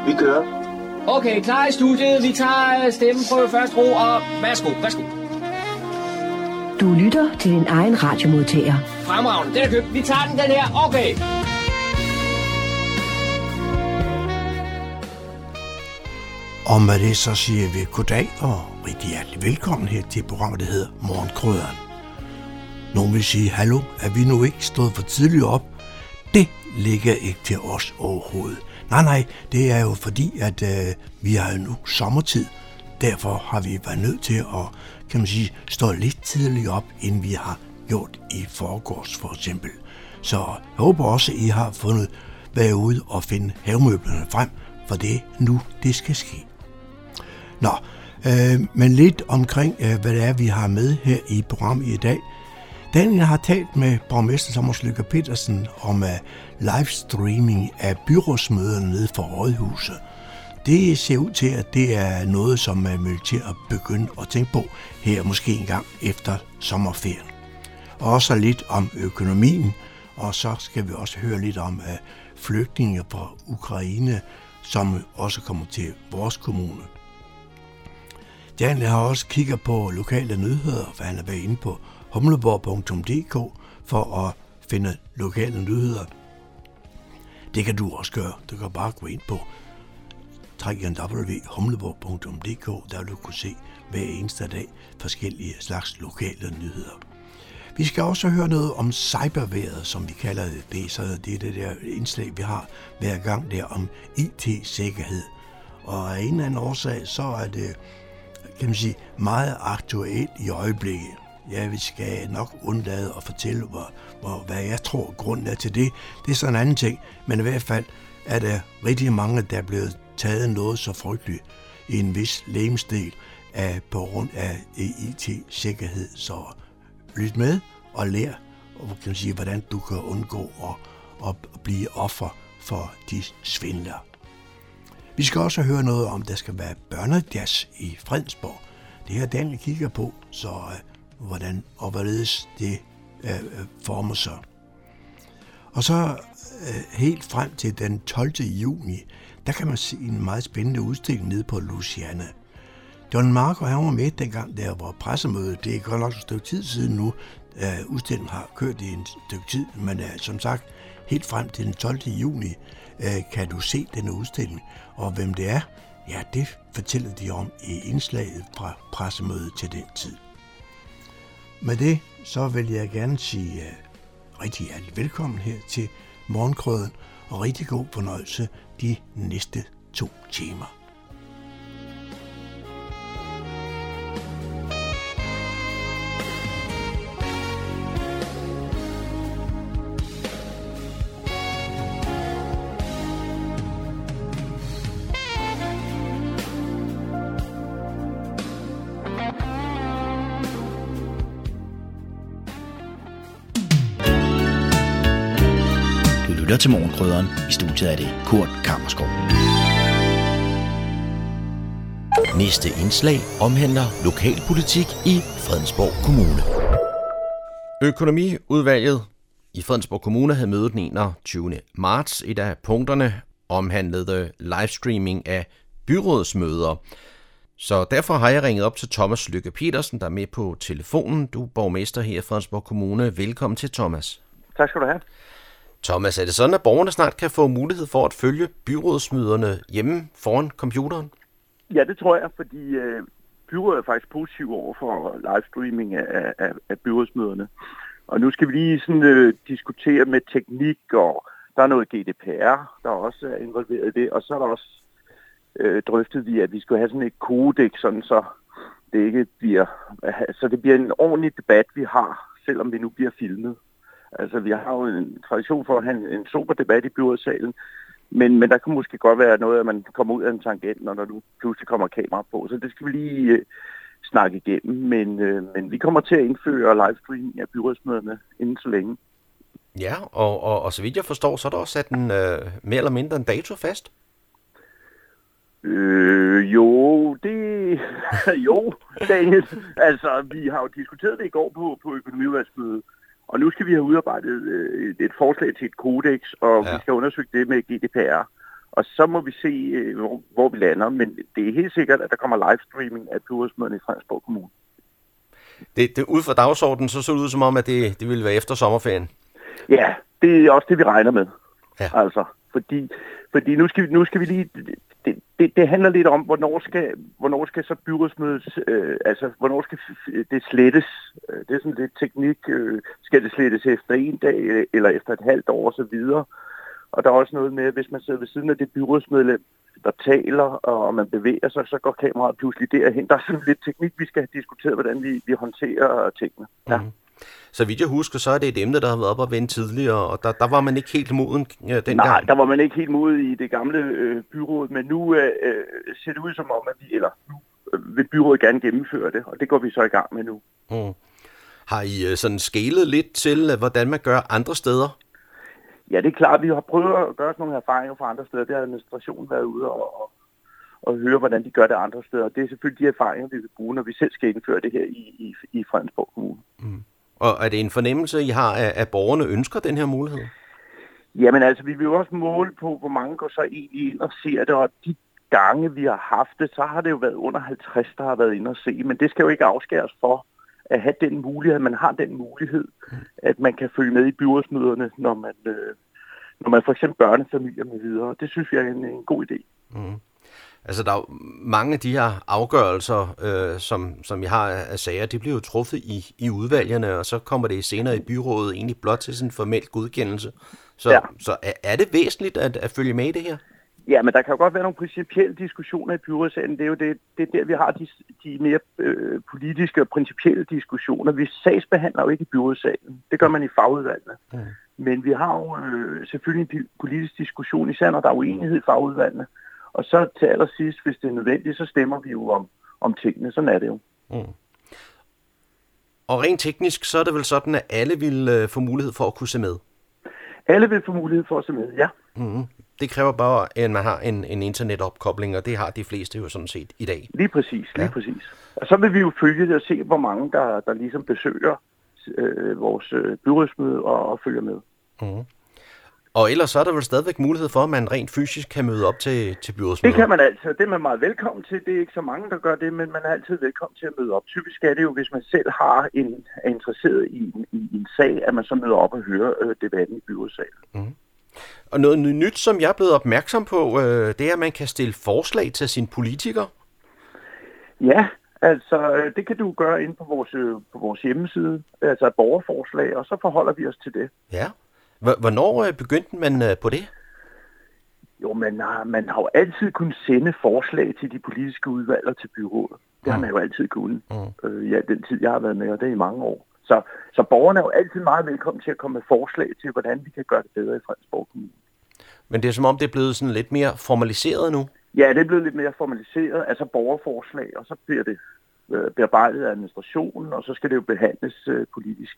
Vi kører. Okay, klar i studiet. Vi tager stemmeprøve først, ro, og værsgo. Du lytter til din egen radiomodtager. Fremragende, den er købt. Vi tager den her. Okay. Og med det så siger vi goddag og rigtig hjertelig velkommen her til programmet, der hedder Morgenkrydderen. Nogen vil sige, hallo, er vi nu ikke stået for tidligt op? Det ligger ikke til os overhovedet. Nej, det er jo fordi, at vi har jo nu sommertid. Derfor har vi været nødt til at, kan man sige, stå lidt tidligt op, end vi har gjort i forgårs for eksempel. Så jeg håber også, at I har været ude og finde havemøblerne frem, for det er nu, det skal ske. Nå, men lidt omkring, hvad det er, vi har med her i programmet i dag. Daniel har talt med borgmester Thomas Lykke Petersen om livestreaming af byrådsmøderne nede for Rådhuset. Det ser ud til, at det er noget, som man vil til at begynde at tænke på her måske en gang efter sommerferien. Og også lidt om økonomien, og så skal vi også høre lidt om flygtninge fra Ukraine, som også kommer til vores kommune. Daniel har også kigget på lokale nyheder, for han har været inde på humleborg.dk for at finde lokale nyheder. Det kan du også gøre. Du kan bare gå ind på www.humleborg.dk, der vil du kunne se hver eneste dag forskellige slags lokale nyheder. Vi skal også høre noget om cyberværet, som vi kalder det. Så det er det der indslag, vi har hver gang der om IT-sikkerhed. Og af en eller anden årsag, så er det, kan man sige, meget aktuelt i øjeblikket. Ja, vi skal nok undlade at fortælle, hvad jeg tror grunden er til det. Det er sådan en anden ting, men i hvert fald er der rigtig mange, der er blevet taget noget så frygteligt i en vis legemsdel på grund af IT-sikkerhed. Så lyt med og lær, og kan man sige, hvordan du kan undgå at blive offer for de svindlere. Vi skal også høre noget om, der skal være børnejazz i Fredensborg. Det her Daniel kigger på, så hvordan og hvorledes det former sig. Og så helt frem til den 12. juni, der kan man se en meget spændende udstilling nede på Luciana. Don Marco, han var med dengang, der var pressemøde. Det er godt nok et stykke tid siden nu. Udstillingen har kørt i en stykke tid, men som sagt, helt frem til den 12. juni kan du se denne udstilling. Og hvem det er, ja, det fortæller de om i indslaget fra pressemødet til den tid. Med det, så vil jeg gerne sige rigtig hjertelig velkommen her til Morgenkrydderen, og rigtig god fornøjelse de næste 2 timer. Til Morgenkrydderen. I studiet er det Kurt Kammerskov. Næste indslag omhandler lokalpolitik i Fredensborg Kommune. Økonomiudvalget i Fredensborg Kommune havde mødet den 21. marts. Et af punkterne omhandlede livestreaming af byrådsmøder. Så derfor har jeg ringet op til Thomas Lykke Petersen, der er med på telefonen. Du er borgmester her i Fredensborg Kommune. Velkommen til, Thomas. Tak skal du have. Thomas, er det sådan, at borgerne snart kan få mulighed for at følge byrådsmøderne hjemme foran computeren? Ja, det tror jeg, fordi byrådet er faktisk positiv over for livestreaming af byrådsmøderne. Og nu skal vi lige sådan, diskutere med teknik, og der er noget GDPR, der også er involveret i det. Og så er der også drøftet vi, at vi skal have sådan et kodex, sådan så det ikke bliver, så det bliver en ordentlig debat, vi har, selvom vi nu bliver filmet. Altså, vi har jo en tradition for at have en super debat i byrådssalen, men der kan måske godt være noget, at man kommer ud af en tangent, når der nu pludselig kommer kamera på. Så det skal vi lige snakke igennem, men vi kommer til at indføre livestreaming af byrådsmøderne inden så længe. Ja, og så vidt jeg forstår, så er der også sat en mere eller mindre en dato fast? Jo, Daniel. Altså, vi har jo diskuteret det i går på økonomiudvalgsmødet. Og nu skal vi have udarbejdet et forslag til et kodex, og vi skal undersøge det med GDPR. Og så må vi se, hvor vi lander. Men det er helt sikkert, at der kommer livestreaming af byrådsmøderne i Fredensborg Kommune. Det ud fra dagsordenen, så det ud som om, at det ville være efter sommerferien. Ja, det er også det, vi regner med. Ja. Altså, fordi nu skal vi lige... Det handler lidt om, hvornår skal så byrådsmødet, hvornår skal det slettes. Det er sådan lidt teknik. Skal det slettes efter en dag, eller efter et halvt år, og så videre. Og der er også noget med, hvis man sidder ved siden af det byrådsmedlem, der taler, og man bevæger sig, så går kameraet pludselig derhen. Der er sådan lidt teknik, vi skal have diskuteret, hvordan vi håndterer tingene. Ja. Så vidt jeg husker, så er det et emne, der har været op og vende tidligere, og der var man ikke helt moden dengang. Nej, der var man ikke helt moden i det gamle byråd, men nu ser det ud som om, at nu vil byrådet gerne gennemføre det, og det går vi så i gang med nu. Har I sådan skelet lidt til, hvordan man gør andre steder? Ja, det er klart. Vi har prøvet at gøre sådan nogle erfaringer fra andre steder. Det har administrationen været ude og høre, hvordan de gør det andre steder. Det er selvfølgelig de erfaringer, vi vil bruge, når vi selv skal indføre det her i Fredensborg Kommune. Og er det en fornemmelse, I har, at borgerne ønsker den her mulighed? Jamen altså, vi vil jo også måle på, hvor mange går så egentlig ind og ser det, og de gange, vi har haft det, så har det jo været under 50, der har været inde og se. Men det skal jo ikke afskæres for at have den mulighed, at man har den mulighed, at man kan følge med i byrådsmøderne, når man for eksempel børnefamilier med videre. Det synes jeg er en god idé. Altså, der er jo mange af de her afgørelser, som vi har af sager, de bliver jo truffet i udvalgene, og så kommer det senere i byrådet egentlig blot til sådan en formel godkendelse. Så er det væsentligt at følge med i det her? Ja, men der kan jo godt være nogle principielle diskussioner i byrådssalen. Det er jo det er der, vi har de mere politiske og principielle diskussioner. Vi sagsbehandler jo ikke i byrådssalen. Det gør man i fagudvalgene. Men vi har jo selvfølgelig en politisk diskussion, især når der er uenighed i fagudvalgene. Og så til allersidst, hvis det er nødvendigt, så stemmer vi jo om tingene. Sådan er det jo. Og rent teknisk, så er det vel sådan, at alle vil få mulighed for at kunne se med? Alle vil få mulighed for at se med, ja. Det kræver bare, at man har en internetopkobling, og det har de fleste jo sådan set i dag. Lige præcis. Og så vil vi jo følge det og se, hvor mange der ligesom besøger vores byrådsmøde og følger med. Og ellers så er der vel stadigvæk mulighed for, at man rent fysisk kan møde op til byrådsmøder? Det kan man altid. Det er man meget velkommen til. Det er ikke så mange, der gør det, men man er altid velkommen til at møde op. Typisk er det jo, hvis man selv er interesseret i en sag, at man så møder op og hører debatten i byrådssalen. Og noget nyt, som jeg er blevet opmærksom på, det er, at man kan stille forslag til sine politikere. Ja, altså det kan du gøre inde på vores hjemmeside, altså et borgerforslag, og så forholder vi os til det. Ja. Hvornår begyndte man på det? Jo, man har jo altid kunnet sende forslag til de politiske udvalg og til byrådet. Det har man jo altid kunnet. Den tid, jeg har været med, og det er i mange år. Så borgerne er jo altid meget velkommen til at komme med forslag til, hvordan vi kan gøre det bedre i Fredensborg Kommune. Men det er som om, det er blevet sådan lidt mere formaliseret nu? Ja, det er blevet lidt mere formaliseret, altså borgerforslag, og så bliver det bearbejdet af administrationen, og så skal det jo behandles politisk.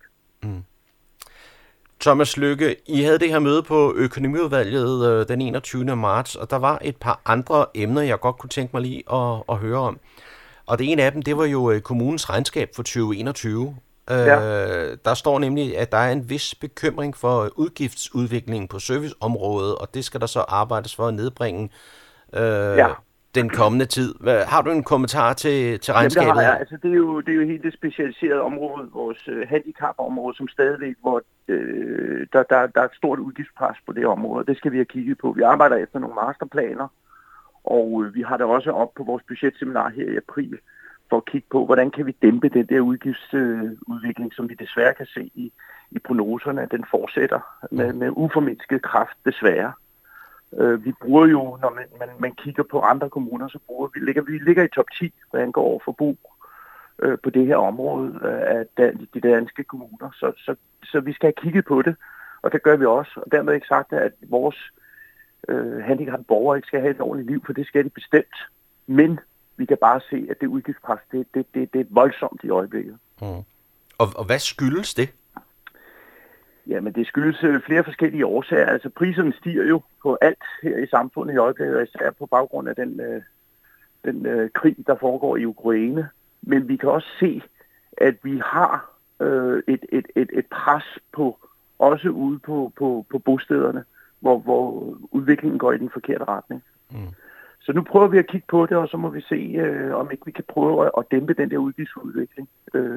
Thomas Lykke, I havde det her møde på økonomiudvalget den 21. marts, og der var et par andre emner, jeg godt kunne tænke mig lige at høre om. Og det ene af dem, det var jo kommunens regnskab for 2021. Der står nemlig, at der er en vis bekymring for udgiftsudviklingen på serviceområdet, og det skal der så arbejdes for at nedbringe den kommende tid. Har du en kommentar til regnskabet? Jamen, det har jeg. Altså, det er jo helt det specialiserede område, vores handicapområde, som stadigvæk, hvor der er et stort udgiftspres på det område. Det skal vi have kigget på. Vi arbejder efter nogle masterplaner, og vi har det også op på vores budgetseminar her i april, for at kigge på, hvordan kan vi dæmpe den der udgiftsudvikling, som vi desværre kan se i prognoserne, den fortsætter med uformindsket kraft, desværre. Vi bruger jo, når man kigger på andre kommuner, så vi ligger i top 10, hvad angår overforbrug på det her område af de danske kommuner. Så vi skal have kigget på det, og det gør vi også. Og dermed ikke sagt, at vores handicappede borgere ikke skal have et ordentligt liv, for det skal de bestemt. Men vi kan bare se, at det udgiftspres, det er voldsomt i øjeblikket. Og hvad skyldes det? Jamen, det skyldes flere forskellige årsager. Altså, priserne stiger jo på alt her i samfundet i øjeblikket, og især på baggrund af den krig, der foregår i Ukraine. Men vi kan også se, at vi har et pres på, også ude på bostederne, hvor udviklingen går i den forkerte retning. Så nu prøver vi at kigge på det, og så må vi se, om ikke vi kan prøve at dæmpe den der udgiftsudvikling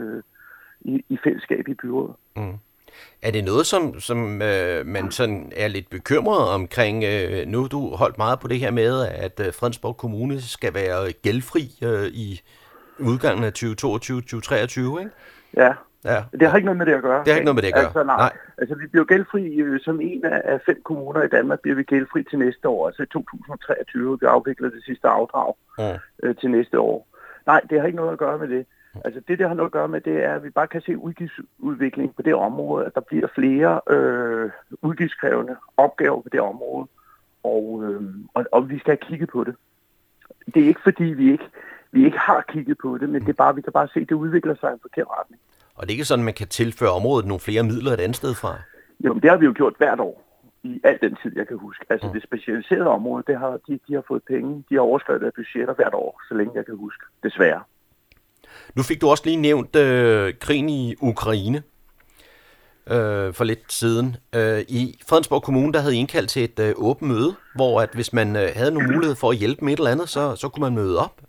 i fællesskab i byrådet. Er det noget, som man sådan er lidt bekymret omkring? Nu har du holdt meget på det her med, at Fredensborg Kommune skal være gældfri i udgangen af 2022-2023, ikke? Ja. Det har ikke noget med det at gøre. Det har ikke noget med det at gøre? Altså, nej. Altså, vi bliver gældfri som en af 5 kommuner i Danmark, bliver vi gældfri til næste år, altså i 2023. Vi afvikler det sidste afdrag til næste år. Nej, det har ikke noget at gøre med det. Altså det har noget at gøre med, det er, at vi bare kan se udgiftsudvikling på det område, at der bliver flere udgiftskrævende opgaver på det område, og vi skal have kigget på det. Det er ikke fordi, vi ikke har kigget på det, men det er bare, vi kan bare se, at det udvikler sig i en forkert retning. Og det er ikke sådan, at man kan tilføre området nogle flere midler et andet sted fra? Jo, det har vi jo gjort hvert år, i al den tid, jeg kan huske. Altså det specialiserede område, de har fået penge, de har overskredet af budgetter hvert år, så længe jeg kan huske, desværre. Nu fik du også lige nævnt krigen i Ukraine for lidt siden. I Fredensborg Kommune, der havde I indkaldt til et åbent møde, hvor at hvis man havde nogle mulighed for at hjælpe med et eller andet, så kunne man møde op.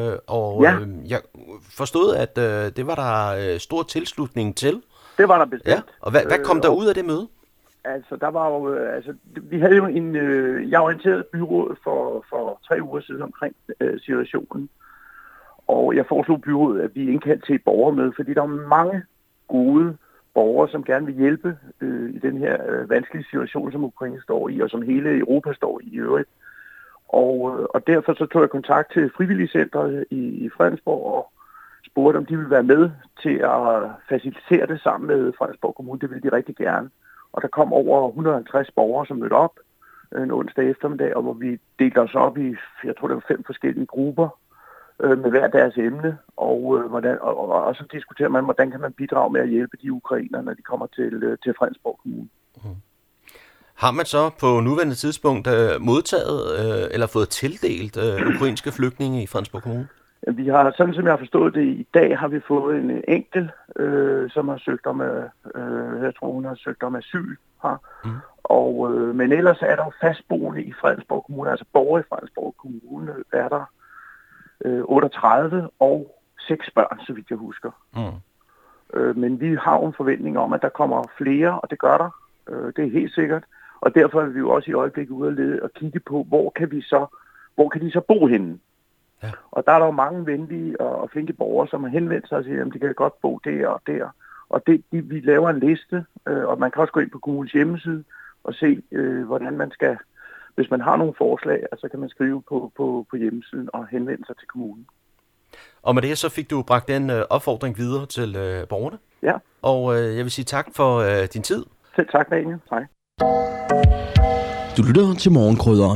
Jeg forstod, at det var der stor tilslutning til. Det var der bestemt. Ja. Og hvad kom der ud af det møde? Altså, der var jo, vi havde jo jeg orienterede byrådet for 3 uger siden omkring situationen. Og jeg foreslog byrådet, at vi indkaldte til et borgermøde, fordi der er mange gode borgere, som gerne vil hjælpe i den her vanskelige situation, som Ukraine står i, og som hele Europa står i øvrigt. Og derfor så tog jeg kontakt til frivilligcentret i Fredensborg og spurgte, om de ville være med til at facilitere det sammen med Fredensborg Kommune. Det ville de rigtig gerne. Og der kom over 150 borgere, som mødte op en onsdag eftermiddag, og hvor vi delte os op i, jeg tror det var 5 forskellige grupper, med hver deres emne, og så diskuterer man, hvordan kan man bidrage med at hjælpe de ukrainere, når de kommer til Fredensborg Kommune. Har man så på nuværende tidspunkt modtaget eller fået tildelt ukrainske flygtninge i Fredensborg Kommune? Vi har, sådan som jeg har forstået det, i dag har vi fået en enkelt, som har søgt om, jeg tror hun har søgt om asyl her. Men ellers er der jo fastboende i Fredensborg Kommune, altså borgere i Fredensborg Kommune, er der 38 og 6 børn, så vidt jeg husker. Men vi har en forventning om, at der kommer flere, og det gør der. Det er helt sikkert. Og derfor er vi jo også i øjeblikket ude at lede og kigge på, hvor kan de så bo henne? Ja. Og der er der jo mange venlige og flinke borgere, som har henvendt sig og siger, at de kan godt bo der og der. Og vi laver en liste, og man kan også gå ind på kommunens hjemmeside og se, hvordan man skal. Hvis man har nogle forslag, så kan man skrive på hjemmesiden og henvende sig til kommunen. Og med det så fik du bragt den opfordring videre til borgerne. Ja. Og jeg vil sige tak for din tid. Selv tak, Daniel. Hej. Du lytter til Morgenkrydderen.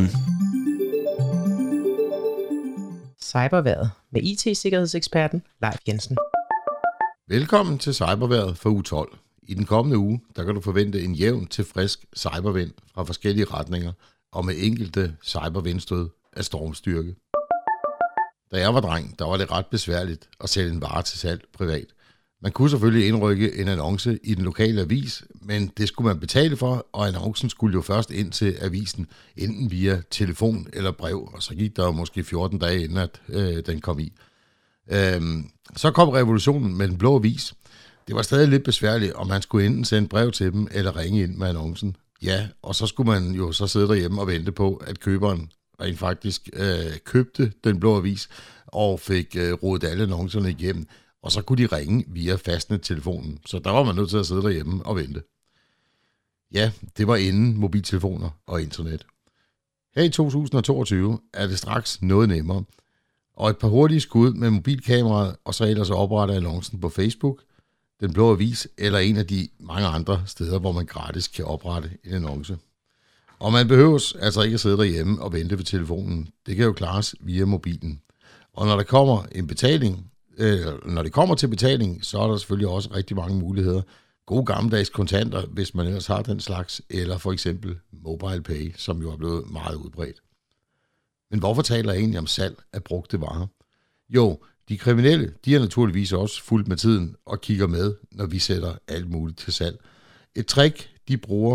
Cyberværet med IT-sikkerhedseksperten Leif Jensen. Velkommen til Cyberværet for uge 12. I den kommende uge, der kan du forvente en jævn til frisk cybervind fra forskellige retninger, og med enkelte cybervindstød af stormstyrke. Da jeg var dreng, der var det ret besværligt at sælge en vare til salg privat. Man kunne selvfølgelig indrykke en annonce i den lokale avis, men det skulle man betale for, og annoncen skulle jo først ind til avisen, enten via telefon eller brev, og så gik der jo måske 14 dage inden, at den kom i. Så kom revolutionen med den blå avis. Det var stadig lidt besværligt, om man skulle enten sende brev til dem, eller ringe ind med annoncen. Ja, og så skulle man jo så sidde derhjemme og vente på, at køberen rent faktisk købte den blå avis, og fik rodet alle annoncerne igennem, og så kunne de ringe via fastnettelefonen. Så der var man nødt til at sidde derhjemme og vente. Ja, det var inden mobiltelefoner og internet. Her i 2022 er det straks noget nemmere, og et par hurtige skud med mobilkameraet, og så ellers oprette annoncen på Facebook, Den Blå Avis eller en af de mange andre steder, hvor man gratis kan oprette en annonce. Og man behøver altså ikke at sidde derhjemme og vente ved telefonen. Det kan jo klares via mobilen. Og når der kommer det kommer til betaling, så er der selvfølgelig også rigtig mange muligheder. Gode gammeldags kontanter, hvis man ellers har den slags, eller for eksempel mobile pay, som jo er blevet meget udbredt. Men hvorfor taler jeg egentlig om salg af brugte varer? Jo, de kriminelle, de er naturligvis også fuldt med tiden og kigger med, når vi sætter alt muligt til salg. Et trick, de bruger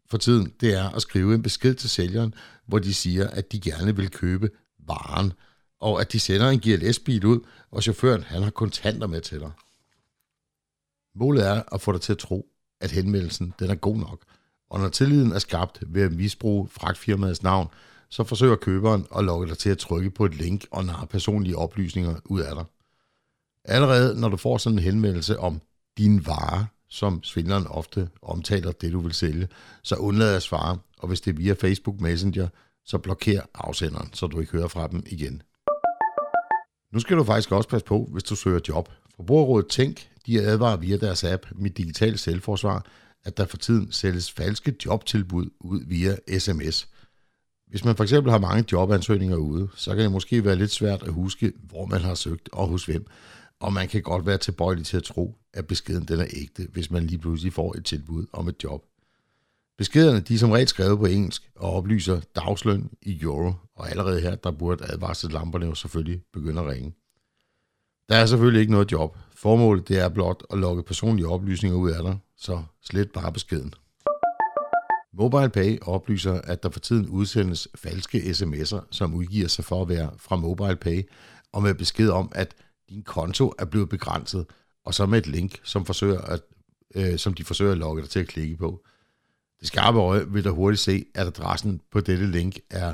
for tiden, det er at skrive en besked til sælgeren, hvor de siger, at de gerne vil købe varen, og at de sender en GLS-bil ud, og chaufføren han har kontanter med til dig. Målet er at få dig til at tro, at henvendelsen den er god nok, og når tilliden er skabt ved at misbruge fragtfirmaets navn, så forsøger køberen at lokke dig til at trykke på et link og narre personlige oplysninger ud af dig. Allerede når du får sådan en henvendelse om din vare, som svindleren ofte omtaler det, du vil sælge, så undlad at svare, og hvis det er via Facebook Messenger, så blokér afsenderen, så du ikke hører fra dem igen. Nu skal du faktisk også passe på, hvis du søger job. Forbrugerrådet Tænk, de advarer via deres app Mit Digitale Selvforsvar, at der for tiden sælges falske jobtilbud ud via sms. Hvis man for eksempel har mange jobansøgninger ude, så kan det måske være lidt svært at huske, hvor man har søgt og hos hvem. Og man kan godt være tilbøjelig til at tro, at beskeden den er ægte, hvis man lige pludselig får et tilbud om et job. Beskederne de er som regel skrevet på engelsk og oplyser dagsløn i euro, og allerede her der burde advarselslamperne jo selvfølgelig begynde at ringe. Der er selvfølgelig ikke noget job. Formålet det er blot at logge personlige oplysninger ud af dig, så slet bare beskeden. MobilePay oplyser, at der for tiden udsendes falske sms'er, som udgiver sig for at være fra MobilePay, og med besked om, at din konto er blevet begrænset, og så med et link, som de forsøger at logge dig til at klikke på. Det skarpe øje vil der hurtigt se, at adressen på dette link er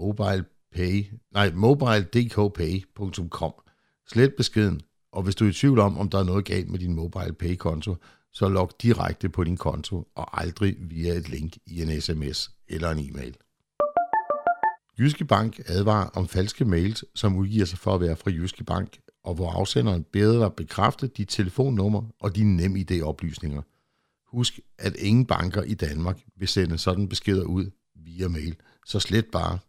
mobile.dkpay.com. Slet beskeden, og hvis du er i tvivl om der er noget galt med din MobilePay-konto, så log direkte på din konto og aldrig via et link i en sms eller en e-mail. Jyske Bank advarer om falske mails, som udgiver sig for at være fra Jyske Bank, og hvor afsenderen beder dig bekræfte dit telefonnummer og dine NemID-oplysninger. Husk, at ingen banker i Danmark vil sende sådan beskeder ud via mail, så slet bare.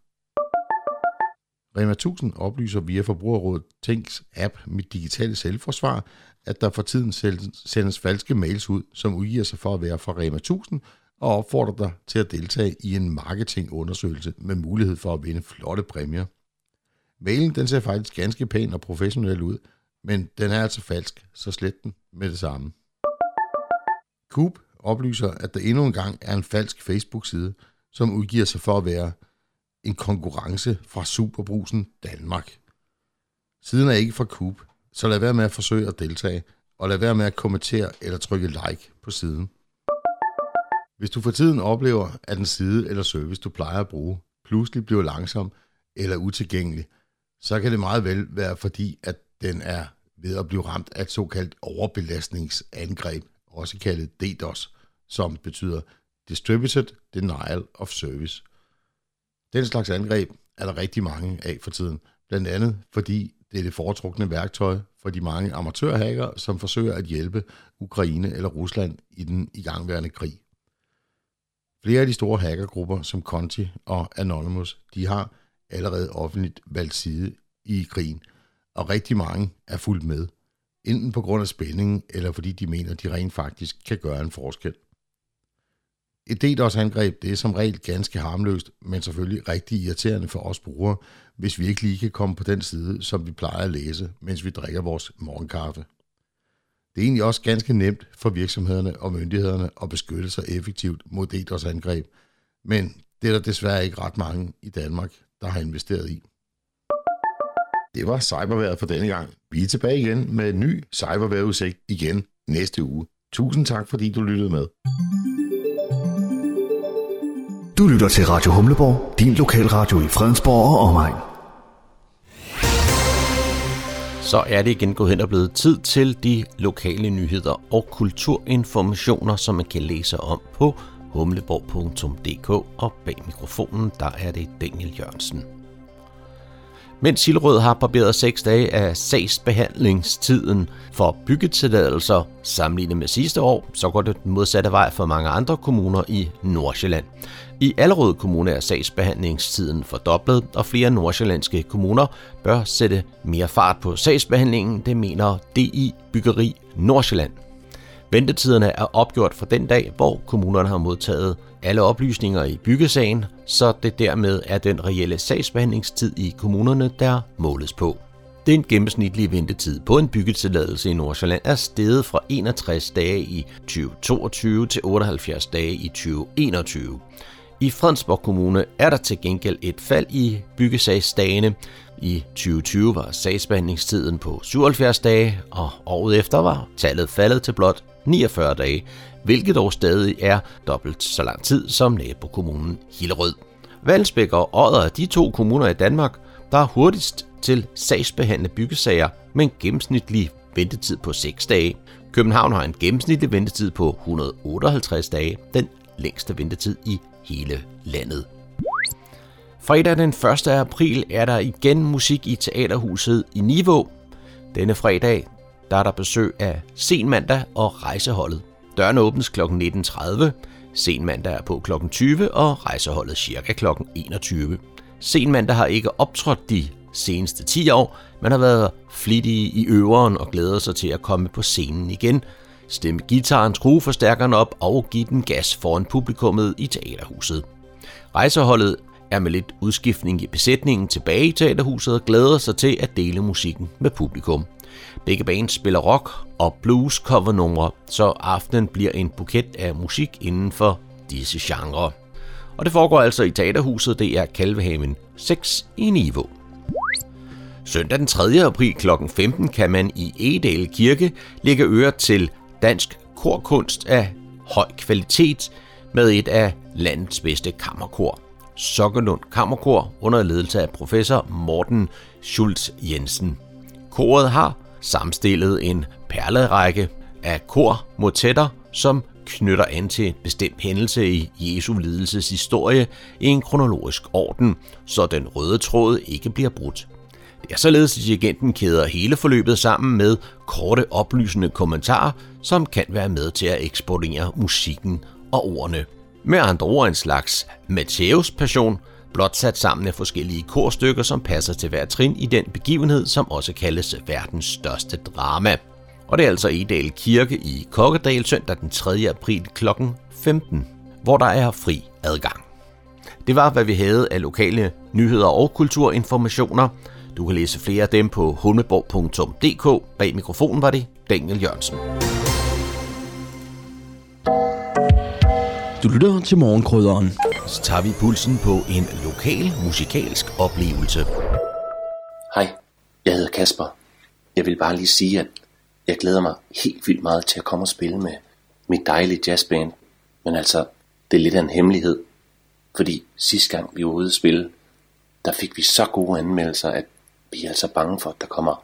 Rema 1000 oplyser via Forbrugerrådet Tænks app Mit Digitale Selvforsvar, at der for tiden sendes falske mails ud, som udgiver sig for at være fra Rema 1000 og opfordrer dig til at deltage i en marketingundersøgelse med mulighed for at vinde flotte præmier. Mailen den ser faktisk ganske pæn og professionel ud, men den er altså falsk, så slet den med det samme. Coop oplyser, at der endnu en gang er en falsk Facebook-side, som udgiver sig for at være en konkurrence fra Superbrugsen Danmark. Siden er ikke fra Coop, så lad være med at forsøge at deltage, og lad være med at kommentere eller trykke like på siden. Hvis du for tiden oplever, at en side eller service, du plejer at bruge, pludselig bliver langsom eller utilgængelig, så kan det meget vel være fordi, at den er ved at blive ramt af et såkaldt overbelastningsangreb, også kaldet DDoS, som betyder Distributed Denial of Service. Den slags angreb er der rigtig mange af for tiden, blandt andet fordi det er det foretrukne værktøj for de mange amatørhackere, som forsøger at hjælpe Ukraine eller Rusland i den igangværende krig. Flere af de store hackergrupper som Conti og Anonymous, de har allerede offentligt valgt side i krigen, og rigtig mange er fulgt med, enten på grund af spændingen, eller fordi de mener, at de rent faktisk kan gøre en forskel. Et DDoS-angreb det er som regel ganske harmløst, men selvfølgelig rigtig irriterende for os brugere, hvis vi ikke lige kan komme på den side, som vi plejer at læse, mens vi drikker vores morgenkaffe. Det er egentlig også ganske nemt for virksomhederne og myndighederne at beskytte sig effektivt mod DDoS-angreb, men det er der desværre ikke ret mange i Danmark, der har investeret i. Det var cyberværet for denne gang. Vi er tilbage igen med en ny cyberværetudsigt igen næste uge. Tusind tak, fordi du lyttede med. Du lytter til Radio Humleborg, din lokalradio i Fredensborg og omegn. Så er det igen gået hen og blevet tid til de lokale nyheder og kulturinformationer, som man kan læse om på humleborg.dk, og bag mikrofonen, der er det Daniel Jørgensen. Mens Hillerød har barberet 6 dage af sagsbehandlingstiden for byggetilladelser sammenlignet med sidste år, så går det den modsatte vej for mange andre kommuner i Nordsjælland. I Allerød Kommune er sagsbehandlingstiden fordoblet, og flere nordsjællandske kommuner bør sætte mere fart på sagsbehandlingen, det mener DI Byggeri Nordsjælland. Ventetiderne er opgjort fra den dag, hvor kommunerne har modtaget alle oplysninger i byggesagen, så det dermed er den reelle sagsbehandlingstid i kommunerne, der måles på. Den gennemsnitlige ventetid på en byggetilladelse i Nordsjælland er steget fra 61 dage i 2022 til 78 dage i 2021. I Fredensborg Kommune er der til gengæld et fald i byggesagsdagene. I 2020 var sagsbehandlingstiden på 77 dage, og året efter var tallet faldet til blot 49 dage, hvilket dog stadig er dobbelt så lang tid som nabokommunen Hillerød. Vallensbæk og Odder er de 2 kommuner i Danmark, der er hurtigst til sagsbehandle byggesager med en gennemsnitlig ventetid på 6 dage. København har en gennemsnitlig ventetid på 158 dage, den længste ventetid i hele landet. Fredag den 1. april er der igen musik i Teaterhuset i Nivå. Denne fredag der er der besøg af Sen Mandag og Rejseholdet. Dørene åbnes kl. 19.30. Sen Mandag er på kl. 20 og Rejseholdet cirka kl. 21. Sen Mandag har ikke optrådt de seneste 10 år, men har været flittige i øveren og glæder sig til at komme på scenen igen. Stemme guitaren, skrue forstærkeren op og give den gas foran publikummet i Teaterhuset. Rejseholdet er med lidt udskiftning i besætningen tilbage i Teaterhuset og glæder sig til at dele musikken med publikum. Begge bands spiller rock og blues covernumre, så aftenen bliver en buket af musik inden for disse genrer. Og det foregår altså i Teaterhuset, det er Kalvehaven 6 i Nivå. Søndag den 3. april kl. 15 kan man i Egedal Kirke lægge øre til dansk korkunst af høj kvalitet med et af landets bedste kammerkor. Sokkelund Kammerkor under ledelse af professor Morten Schultz Jensen. Koret har sammenstillet en perlerække af kormotetter, som knytter an til en bestemt hændelse i Jesu lidelses historie i en kronologisk orden, så den røde tråd ikke bliver brudt. Det er således, at dirigenten kæder hele forløbet sammen med korte oplysende kommentarer, som kan være med til at eksponere musikken og ordene. Med andre ord en slags Matthæus passion, blot sat sammen af forskellige korstykker, som passer til hver trin i den begivenhed, som også kaldes verdens største drama. Og det er altså Egedal Kirke i Kokkedal søndag den 3. april kl. 15, hvor der er fri adgang. Det var, hvad vi havde af lokale nyheder og kulturinformationer. Du kan læse flere af dem på humleborg.dk. Bag mikrofonen var det Daniel Jørgensen. Du lytter til Morgenkrydderen. Så tager vi pulsen på en lokal musikalsk oplevelse. Hej, jeg hedder Kasper. Jeg vil bare lige sige, at jeg glæder mig helt vildt meget til at komme og spille med mit dejlige jazzband. Men altså, det er lidt af en hemmelighed. Fordi sidste gang vi var ude at spille, der fik vi så gode anmeldelser, at vi er altså bange for, at der kommer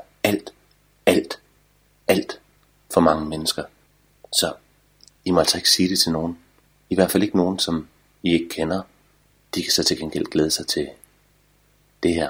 alt for mange mennesker. Så I må altså ikke sige det til nogen. I hvert fald ikke nogen, som I ikke kender. De kan så til gengæld glæde sig til det her.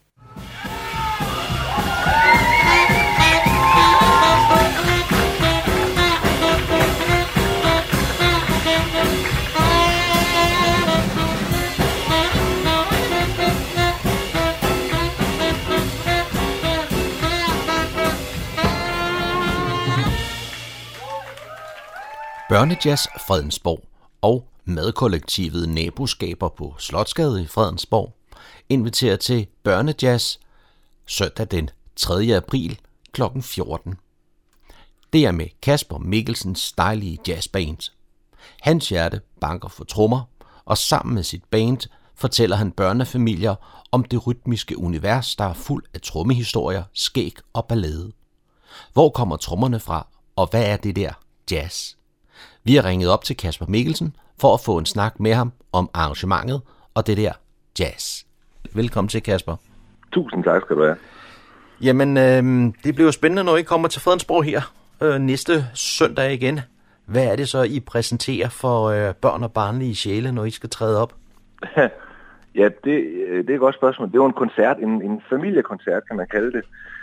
Børnejazz Fredensborg og madkollektivet Naboskaber på Slotsgade i Fredensborg inviterer til børnejazz søndag den 3. april kl. 14. Det er med Kasper Mikkelsens dejlige jazzband. Hans hjerte banker for trommer, og sammen med sit band fortæller han børnefamilier om det rytmiske univers, der er fuld af trommehistorier, skæg og ballade. Hvor kommer trommerne fra, og hvad er det der jazz? Vi har ringet op til Kasper Mikkelsen for at få en snak med ham om arrangementet og det der jazz. Velkommen til, Kasper. Tusind tak skal du have. Jamen, det bliver jo spændende, når I kommer til Fredensborg her næste søndag igen. Hvad er det så, I præsenterer for børn og barnlige sjæle, når I skal træde op? Ja, det er et godt spørgsmål. Det er jo en koncert, en familiekoncert, kan man kalde det.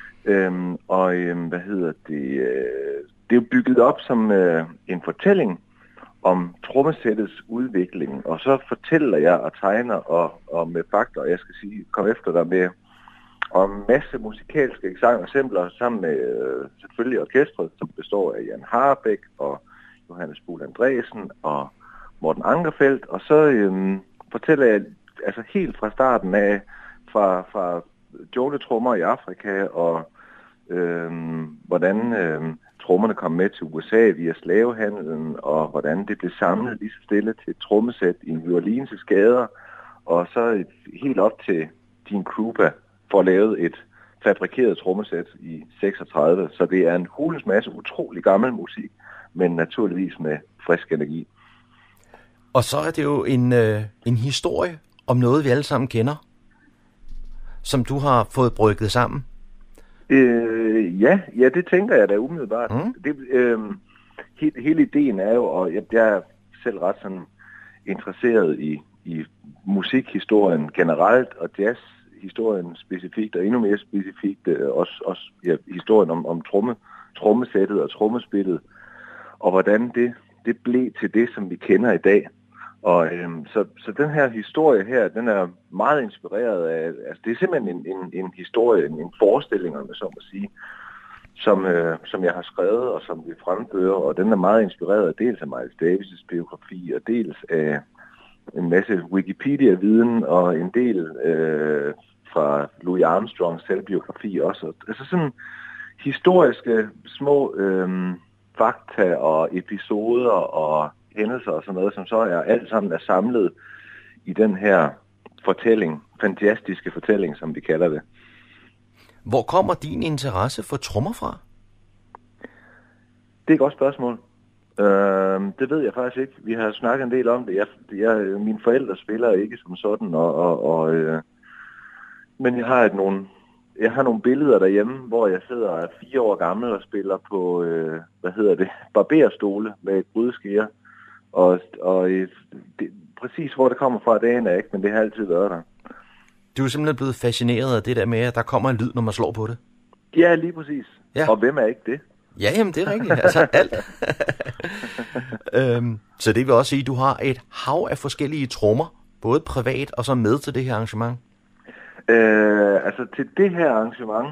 Det er jo bygget op som en fortælling om trommesættets udvikling, og så fortæller jeg og tegner og med fakta, og jeg skal sige, kom efter dig med om en masse musikalske eksempler sammen med selvfølgelig orkestret, som består af Jan Harbæk og Johannes Buhl Andresen og Morten Ankerfeldt, og så fortæller jeg altså helt fra starten af, fra jungletrommer i Afrika, og hvordan trommerne kom med til USA via slavehandlen, og hvordan det blev samlet lige så stille til et trommesæt i New Orleans' gader, og så helt op til Dean Krupa for at lave et fabrikeret trommesæt i 36. Så det er en hulens masse utrolig gammel musik, men naturligvis med frisk energi. Og så er det jo en historie om noget, vi alle sammen kender, som du har fået brygget sammen. Ja, det tænker jeg da umiddelbart. Hele ideen er jo, og jeg er selv ret sådan interesseret i musikhistorien generelt, og jazzhistorien specifikt, og endnu mere specifikt også historien om trommesættet og trommespillet, og hvordan det blev til det, som vi kender i dag. Og så den her historie her, den er meget inspireret af, altså det er simpelthen en historie, en forestilling, om jeg så må sige, som jeg har skrevet, og som vi fremfører, og den er meget inspireret af dels af Miles Davis' biografi, og dels af en masse Wikipedia-viden, og en del fra Louis Armstrongs selvbiografi også. Altså sådan historiske små fakta og episoder og hændelser og sådan noget, som så er alt sammen er samlet i den her fortælling, fantastiske fortælling, som vi kalder det. Hvor kommer din interesse for trommer fra? Det er et godt spørgsmål. Det ved jeg faktisk ikke. Vi har snakket en del om det. Mine forældre spiller ikke som sådan, men jeg har nogle billeder derhjemme, hvor jeg sidder og er 4 år gammel og spiller på, barberstole med et brydeskære. Og præcis hvor det kommer fra, det aner jeg ikke, men det har altid været der. Du er simpelthen blevet fascineret af det der med, at der kommer en lyd, når man slår på det? Ja, lige præcis. Ja. Og hvem er ikke det? Ja, jamen det er rigtigt. Altså alt. Så det vil også sige, at du har et hav af forskellige trommer, både privat og så med til det her arrangement? Altså til det her arrangement,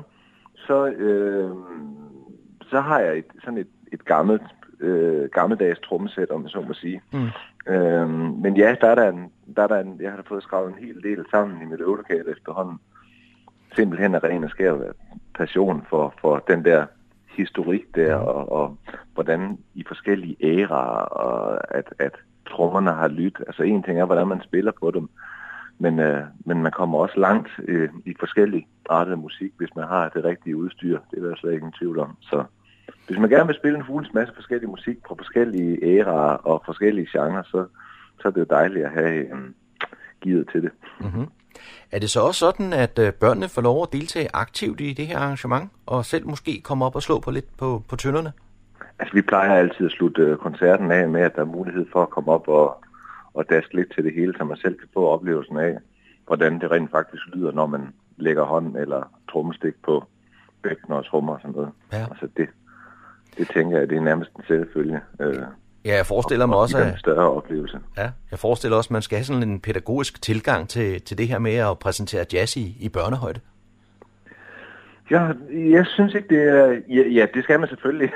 så har jeg et gammeldags trommesæt, om jeg så må sige. Men ja, jeg har fået skrevet en hel del sammen i mit øvelokale efterhånden. Simpelthen af ren og skær passion for den der historik der, og hvordan i forskellige æraer, og at trommerne har lyttet. Altså en ting er, hvordan man spiller på dem, men man kommer også langt i forskellige arter af musik, hvis man har det rigtige udstyr. Det er der slet ikke en tvivl om. Så hvis man gerne vil spille en hulens masse forskellig musik på forskellige æraer og forskellige genrer, så er det jo dejligt at have givet til det. Mm-hmm. Er det så også sådan, at børnene får lov at deltage aktivt i det her arrangement, og selv måske komme op og slå på lidt på tønderne? Altså vi plejer altid at slutte koncerten af med, at der er mulighed for at komme op og daske lidt til det hele, så man selv kan få oplevelsen af, hvordan det rent faktisk lyder, når man lægger hånd eller trommestik på bækken og trommer og sådan noget. Ja. Altså det tænker jeg, det er nærmest en selvfølge. Ja, jeg forestiller mig også, en større oplevelse. Ja, jeg forestiller også, at man skal have sådan en pædagogisk tilgang til det her med at præsentere jazz i børnehøjde. Ja, jeg synes ikke, det er... Ja, det skal man selvfølgelig.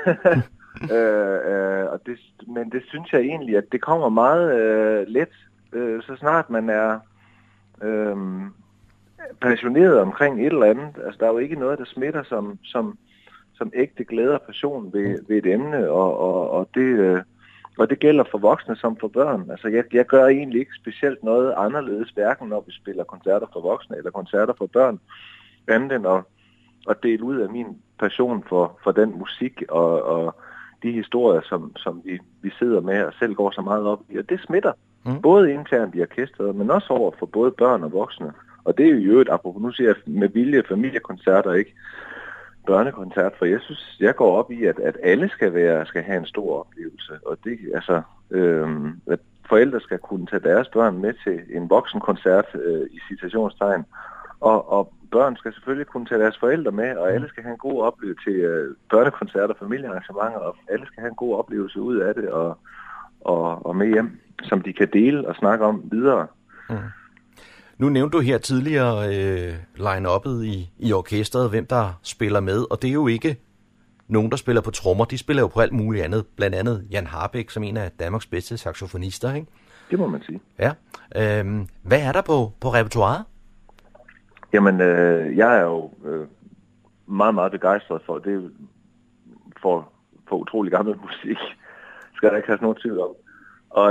Men det synes jeg egentlig, at det kommer meget let, så snart man er passioneret omkring et eller andet. Altså, der er jo ikke noget, der smitter som ægte glæde og passion ved et emne, og det gælder for voksne som for børn. Altså, jeg gør egentlig ikke specielt noget anderledes, hverken når vi spiller koncerter for voksne eller koncerter for børn, andet end at dele ud af min passion for den musik og de historier, som vi sidder med og selv går så meget op i. Og det smitter, både internt i orkestret, men også over for både børn og voksne. Og det er jo et, apropos nu siger jeg med vilje familiekoncerter, ikke børnekoncert, for jeg synes, jeg går op i, at alle skal have en stor oplevelse, og det altså, at forældre skal kunne tage deres børn med til en voksenkoncert i citationstegn, og børn skal selvfølgelig kunne tage deres forældre med, og alle skal have en god oplevelse til børnekoncerter og familiearrangementer, og alle skal have en god oplevelse ud af det, og med hjem, som de kan dele og snakke om videre. Nu nævnte du her tidligere line-uppet i orkestret, hvem der spiller med, og det er jo ikke nogen, der spiller på trommer, de spiller jo på alt muligt andet, blandt andet Jan Harbæk, som en af Danmarks bedste saxofonister, ikke? Det må man sige. Ja. Hvad er der på repertoiret? Jamen, jeg er jo meget, meget begejstret for det, for utrolig gammel musik. Skal der ikke have nogen tvivl om. Og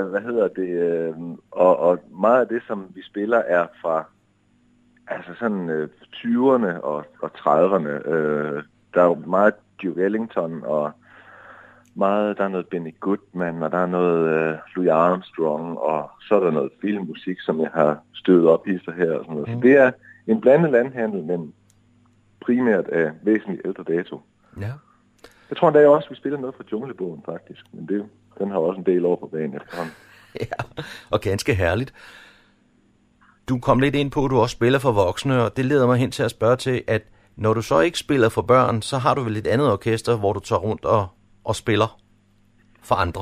og meget af det, som vi spiller, er fra altså sådan 20'erne og 30'erne. Der er jo meget Duke Ellington, og meget, der er noget Benny Goodman, og der er noget Louis Armstrong, og så er der noget filmmusik, som jeg har støvet op i her og sådan noget. Så det er en blandet landhandel, men primært af væsentligt ældre dato. Ja. Jeg tror endda også, vi spiller noget fra Junglebogen, faktisk. Men den har også en del over på banen efterhånden. Ja, og ganske herligt. Du kom lidt ind på, at du også spiller for voksne, og det leder mig hen til at spørge til, at når du så ikke spiller for børn, så har du vel et andet orkester, hvor du tager rundt og spiller for andre?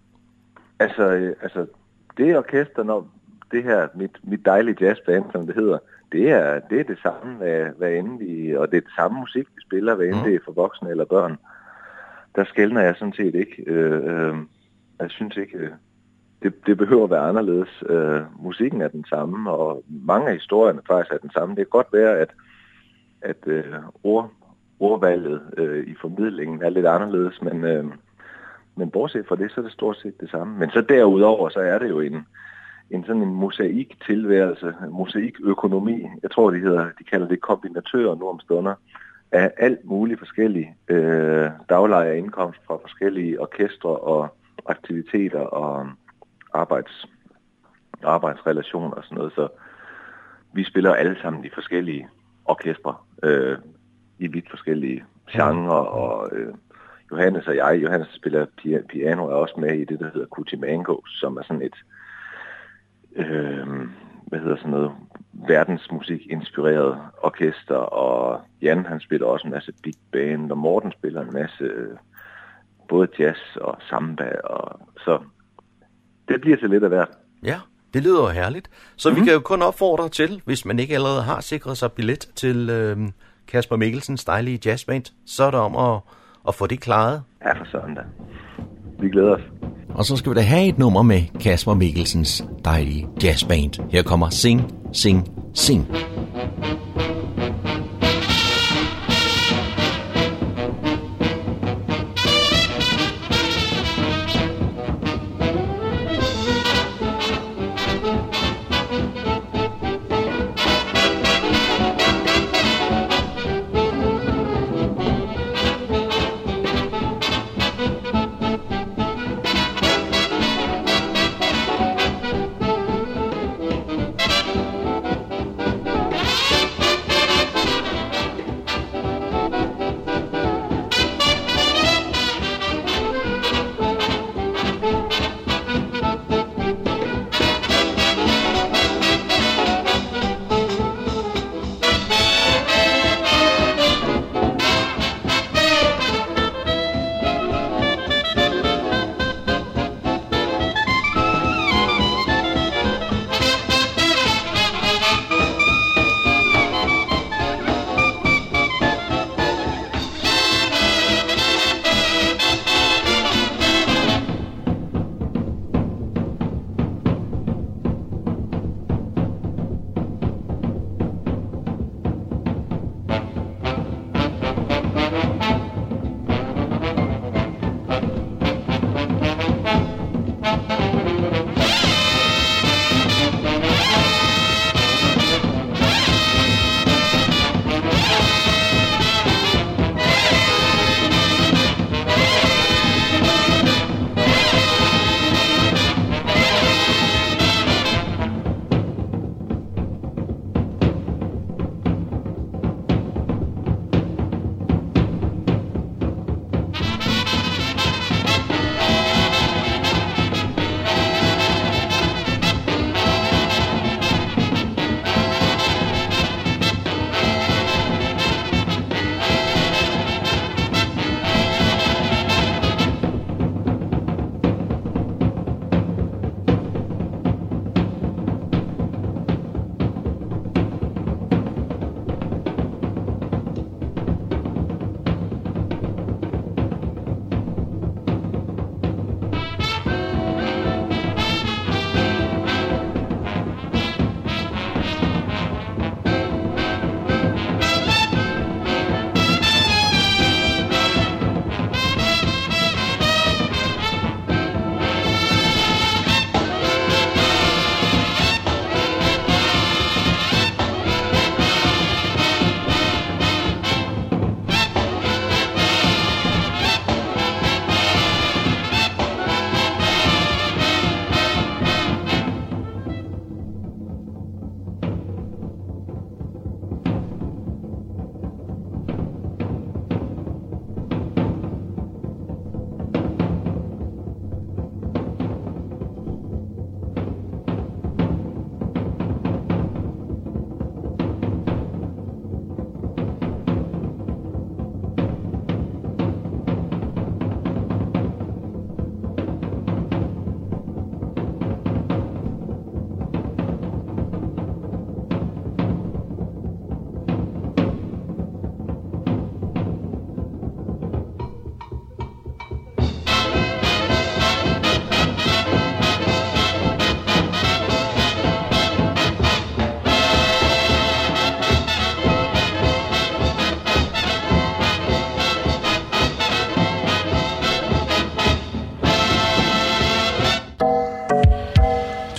Altså det orkester, når det her, mit dejlige jazzband, som det hedder, det er det samme, hvad end vi, og det er det samme musik, vi spiller, hvad end det er for voksne eller børn. Der skelner jeg sådan set ikke. Jeg synes ikke, det behøver at være anderledes. Musikken er den samme, og mange af historierne faktisk er den samme. Det kan godt være, at ordvalget i formidlingen er lidt anderledes, men bortset fra det, så er det stort set det samme. Men så derudover, så er det jo en sådan en mosaik-tilværelse, mosaikøkonomi. Jeg tror, de kalder det kombinatører nu om stunder, af alt muligt forskellige daglejerindkomst fra forskellige orkestre og aktiviteter og arbejdsrelationer og sådan noget. Så vi spiller alle sammen i forskellige orkestre i vidt forskellige genrer, og Johannes og jeg, Johannes spiller piano, er også med i det, der hedder Kutimango, som er sådan et verdensmusik-inspireret orkester, og Jan, han spiller også en masse big band, og Morten spiller en masse både jazz og samba, og så det bliver til lidt af hvert. Ja, det lyder jo herligt. Så vi kan jo kun opfordre til, hvis man ikke allerede har sikret sig billet til Kasper Mikkelsens dejlige jazzband, så er det om at få det klaret. Ja, for sådan da. Vi glæder os. Og så skal vi da have et nummer med Kasper Mikkelsens dejlige jazzband. Her kommer Sing, Sing, Sing.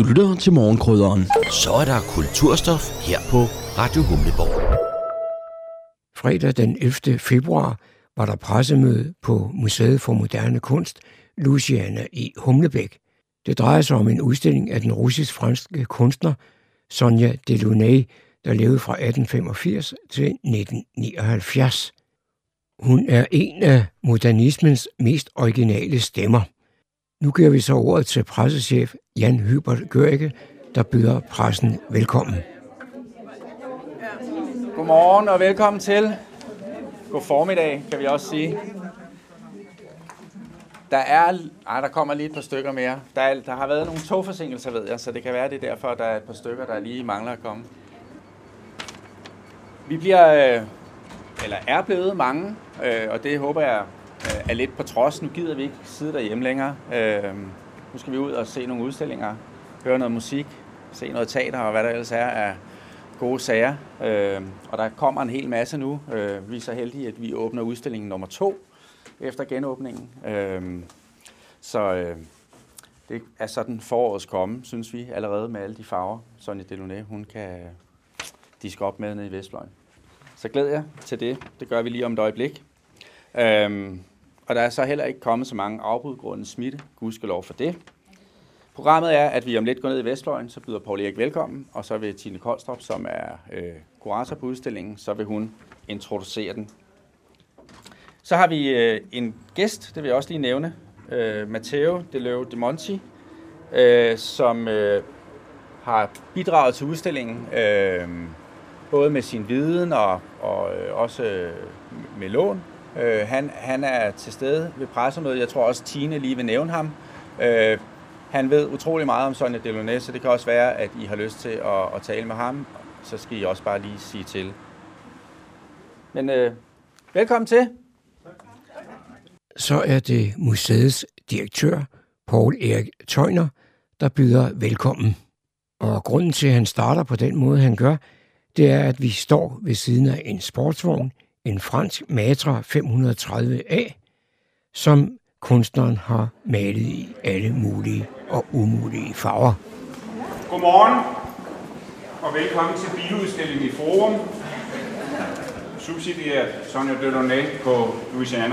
lytter til Morgenkrydderen. Så er der kulturstof her på Radio Humleborg. Fredag den 11. februar var der pressemøde på Museet for Moderne Kunst, Louisiana i Humlebæk. Det drejer sig om en udstilling af den russisk-franske kunstner Sonia Delaunay, der levede fra 1885 til 1979. Hun er en af modernismens mest originale stemmer. Nu giver vi så ordet til pressechef Jan Hubert Gørike, der byder pressen velkommen. Godmorgen og velkommen til. God formiddag, kan vi også sige. Der kommer lige et par stykker mere. Der har været nogle togforsinkelser, ved jeg, så det kan være, det er derfor, der er et par stykker, der lige mangler at komme. Vi er blevet mange, og det håber jeg er lidt på trods. Nu gider vi ikke sidde derhjemme længere. Nu skal vi ud og se nogle udstillinger, høre noget musik, se noget teater og hvad der ellers er af gode sager. Og der kommer en hel masse nu. Vi er så heldige, at vi åbner udstillingen nummer 2 efter genåbningen. Det er sådan forårets komme, synes vi, allerede med alle de farver, Sonia Delaunay, hun kan diske op med nede i Vestfløjen. Så glæder jeg til det. Det gør vi lige om et øjeblik. Og der er så heller ikke kommet så mange afbrud grundet smitte. Gudskelov for det. Programmet er, at vi om lidt går ned i Vestfløjen, så byder Paul Erik velkommen, og så vil Tine Koldstrup, som er kurator på udstillingen, så vil hun introducere den. Så har vi en gæst, det vil jeg også lige nævne, Matteo Deleu de Monti, som har bidraget til udstillingen, både med sin viden og også med lån. Han er til stede ved pressemødet. Jeg tror også, Tine lige vil nævne ham. Han ved utrolig meget om Sonia Delaunay, så det kan også være, at I har lyst til at tale med ham. Så skal I også bare lige sige til. Men velkommen til. Så er det museets direktør, Paul Erik Tøjner, der byder velkommen. Og grunden til, at han starter på den måde, han gør, det er, at vi står ved siden af en sportsvogn, en fransk Matra 530A, som kunstneren har malet i alle mulige og umulige farver. Godmorgen og velkommen til biludstillingen i Forum, subsidieret Sonia Delaunay på Louisiana.